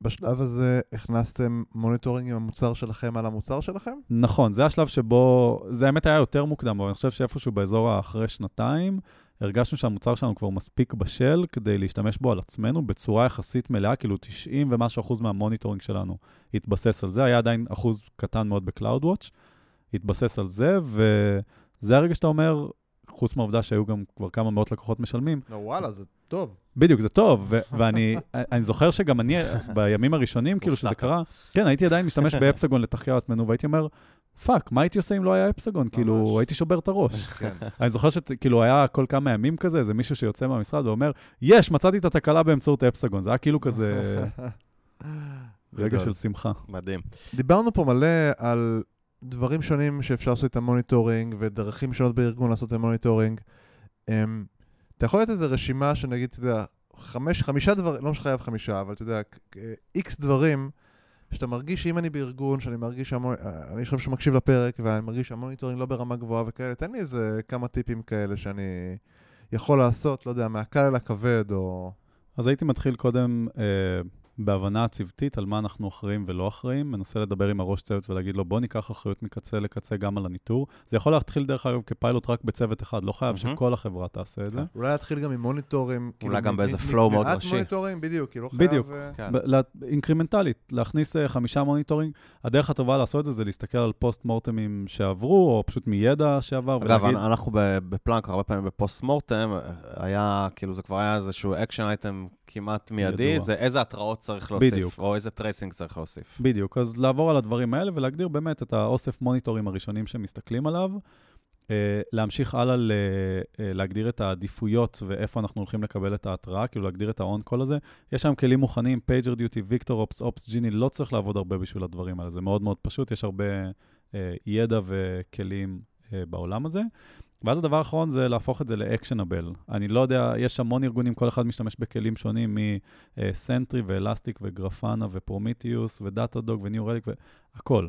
[SPEAKER 2] בשלב הזה הכנסתם מוניטורינג עם המוצר שלכם על המוצר שלכם?
[SPEAKER 3] נכון, זה השלב שבו, זה האמת היה יותר מוקדם, אבל אני חושב שאיפשהו באזור אחרי שנתיים, הרגשנו שהמוצר שלנו כבר מספיק בשל כדי להשתמש בו על עצמנו בצורה יחסית מלאה, כאילו 90 ומשהו אחוז מהמוניטורינג שלנו התבסס על זה, היה עדיין אחוז קטן מאוד ב-CloudWatch, התבסס על זה, וזה הרגע שאתה אומר, חוץ מהעובדה שהיו גם כבר כמה מאות לקוחות משלמים.
[SPEAKER 2] וואלה, זה טוב.
[SPEAKER 3] בדיוק, זה טוב, ואני זוכר שגם אני, בימים הראשונים, כאילו שזה קרה, כן, הייתי עדיין משתמש באפסגון לתחקר עצמנו, והייתי אומר, פאק, מה הייתי עושה אם לא היה אפסגון? כאילו, הייתי שובר את הראש. אני זוכר שכאילו היה כל כמה ימים כזה, זה מישהו שיוצא מהמשרד ואומר, מצאתי את התקלה באמצעות האפסגון. זה היה כאילו כזה רגע של שמחה.
[SPEAKER 1] מדהים.
[SPEAKER 2] דיברנו פה מלא על דברים שונים שאפשר לעשות את המוניטורינג, ודרכים שונות בארגון לעשות את המוניטורינג. אתה יכול לתת איזו רשימה שנגיד, אתה יודע, 5 דברים, לא שחייב 5, אבל אתה יודע, X דברים, שאתה מרגיש שאם אני בארגון, שאני מרגיש אני חושב שמקשיב לפרק, ואני מרגיש שהמוניטורינג לא ברמה גבוהה וכאלה, תן לי איזה כמה טיפים כאלה שאני יכול לעשות, לא יודע, מהקל אל הכבד, או...
[SPEAKER 3] אז הייתי מתחיל קודם בהבנה צוותית על מה אנחנו אחראים ולא אחראים, מנסה לדבר עם הראש צוות ולהגיד לו, בוא ניקח אחריות מקצה לקצה גם על הניטור. זה יכול להתחיל דרך אגב כפיילוט רק בצוות אחד, לא חייב שכל החברה תעשה את זה.
[SPEAKER 2] אולי להתחיל גם עם מוניטורים,
[SPEAKER 1] אולי גם באיזה פלואו מאוד ראשי.
[SPEAKER 2] מעט מוניטורים, בדיוק, כי לא חייב...
[SPEAKER 3] בדיוק, אינקרימנטלית, להכניס 5 מוניטורינג. הדרך הטובה לעשות את זה, זה להסתכל על פוסט מורטמים שעברו, או פשוט מידע שעבר.
[SPEAKER 1] אגב, אנחנו בפלנק, הרבה פעמים בפוסט מורטם, היה, כאילו זה כבר היה איזשהו אקשן אייטם כמעט מיידי, זה איזה התראות צריך להוסיף, בדיוק. או איזה טרייסינג צריך להוסיף.
[SPEAKER 3] בדיוק, אז לעבור על הדברים האלה ולהגדיר באמת את האוסף מוניטורים הראשונים שמסתכלים עליו, להמשיך הלאה להגדיר את העדיפויות ואיפה אנחנו הולכים לקבל את ההתראה, כאילו להגדיר את ה-on-call הזה. יש שם כלים מוכנים, PagerDuty, VictorOps, Ops, Genie, לא צריך לעבוד הרבה בשביל הדברים האלה, זה מאוד מאוד פשוט, יש הרבה ידע וכלים בעולם הזה. ואז הדבר האחרון זה להפוך את זה ל-actionable. אני לא יודע, יש המון ארגונים, כל אחד משתמש בכלים שונים מסנטרי ואלסטיק וגרפנה ופרומיטיוס ודאטאדוג וניו רליק והכל.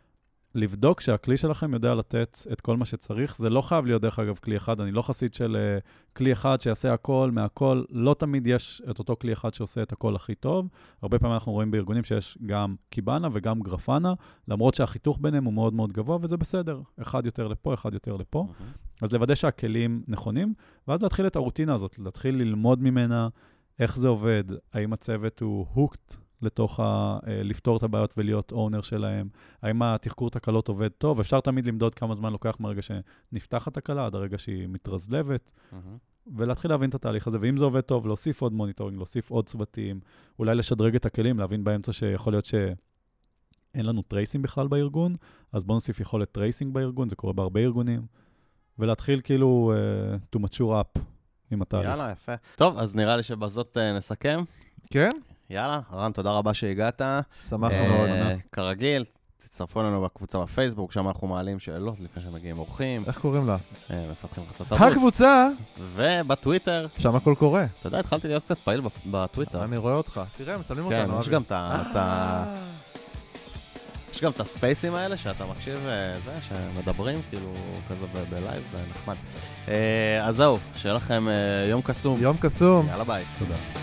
[SPEAKER 3] לבדוק שהכלי שלכם יודע לתת את כל מה שצריך, זה לא חייב להיות דרך אגב כלי אחד, אני לא חסיד של כלי אחד שיעשה הכל מהכל, לא תמיד יש את אותו כלי אחד שעושה את הכל הכי טוב, הרבה פעמים אנחנו רואים בארגונים שיש גם קיבאנה וגם גרפנה, למרות שהחיתוך ביניהם הוא מאוד מאוד גבוה, וזה בסדר, אחד יותר לפה, אחד יותר לפה, אז לוודא שהכלים נכונים, ואז להתחיל את הרוטינה הזאת, להתחיל ללמוד ממנה איך זה עובד, האם הצוות הוא hooked, לתוך לפתור את הבעיות ולהיות אונר שלהם. האם התחקור תקלות עובד טוב? אפשר תמיד למדוד כמה זמן לוקח מהרגע שנפתחת התקלה, עד הרגע שהיא מתרזלבת, ולהתחיל להבין את התהליך הזה. ואם זה עובד טוב, להוסיף עוד מוניטורינג, להוסיף עוד צוותים, אולי לשדרג את הכלים, להבין באמצע שיכול להיות שאין לנו טרייסינג בכלל בארגון, אז בוא נוסיף יכולת טרייסינג בארגון, זה קורה בהרבה ארגונים, ולהתחיל כאילו to mature up עם התהליך.
[SPEAKER 1] יאללה, יפה. טוב, אז נראה לי שבזאת נסכם.
[SPEAKER 2] כן?
[SPEAKER 1] יאללה, רן, תודה רבה שהגעת.
[SPEAKER 2] שמחנו מאוד.
[SPEAKER 1] כרגיל, תצטרפו לנו בקבוצה בפייסבוק, שם אנחנו מעלים שאלות לפני שמגיעים אורחים.
[SPEAKER 2] איך קוראים לה?
[SPEAKER 1] מפתחים חסות תרבות.
[SPEAKER 2] הקבוצה!
[SPEAKER 1] ובטוויטר.
[SPEAKER 2] שם הכל קורה.
[SPEAKER 1] אתה יודע, התחלתי להיות קצת פעיל בטוויטר.
[SPEAKER 2] אני רואה אותך. תראה, מסתכלים אותנו.
[SPEAKER 1] כן, יש גם יש גם את הספייסים האלה שאתה מקשיב, שמדברים, כאילו, כזה בלייב, זה נחמד. אז זהו, שיהיה לכם יום קסום.
[SPEAKER 2] יום קסום.
[SPEAKER 1] יאללה ביי.
[SPEAKER 3] תודה.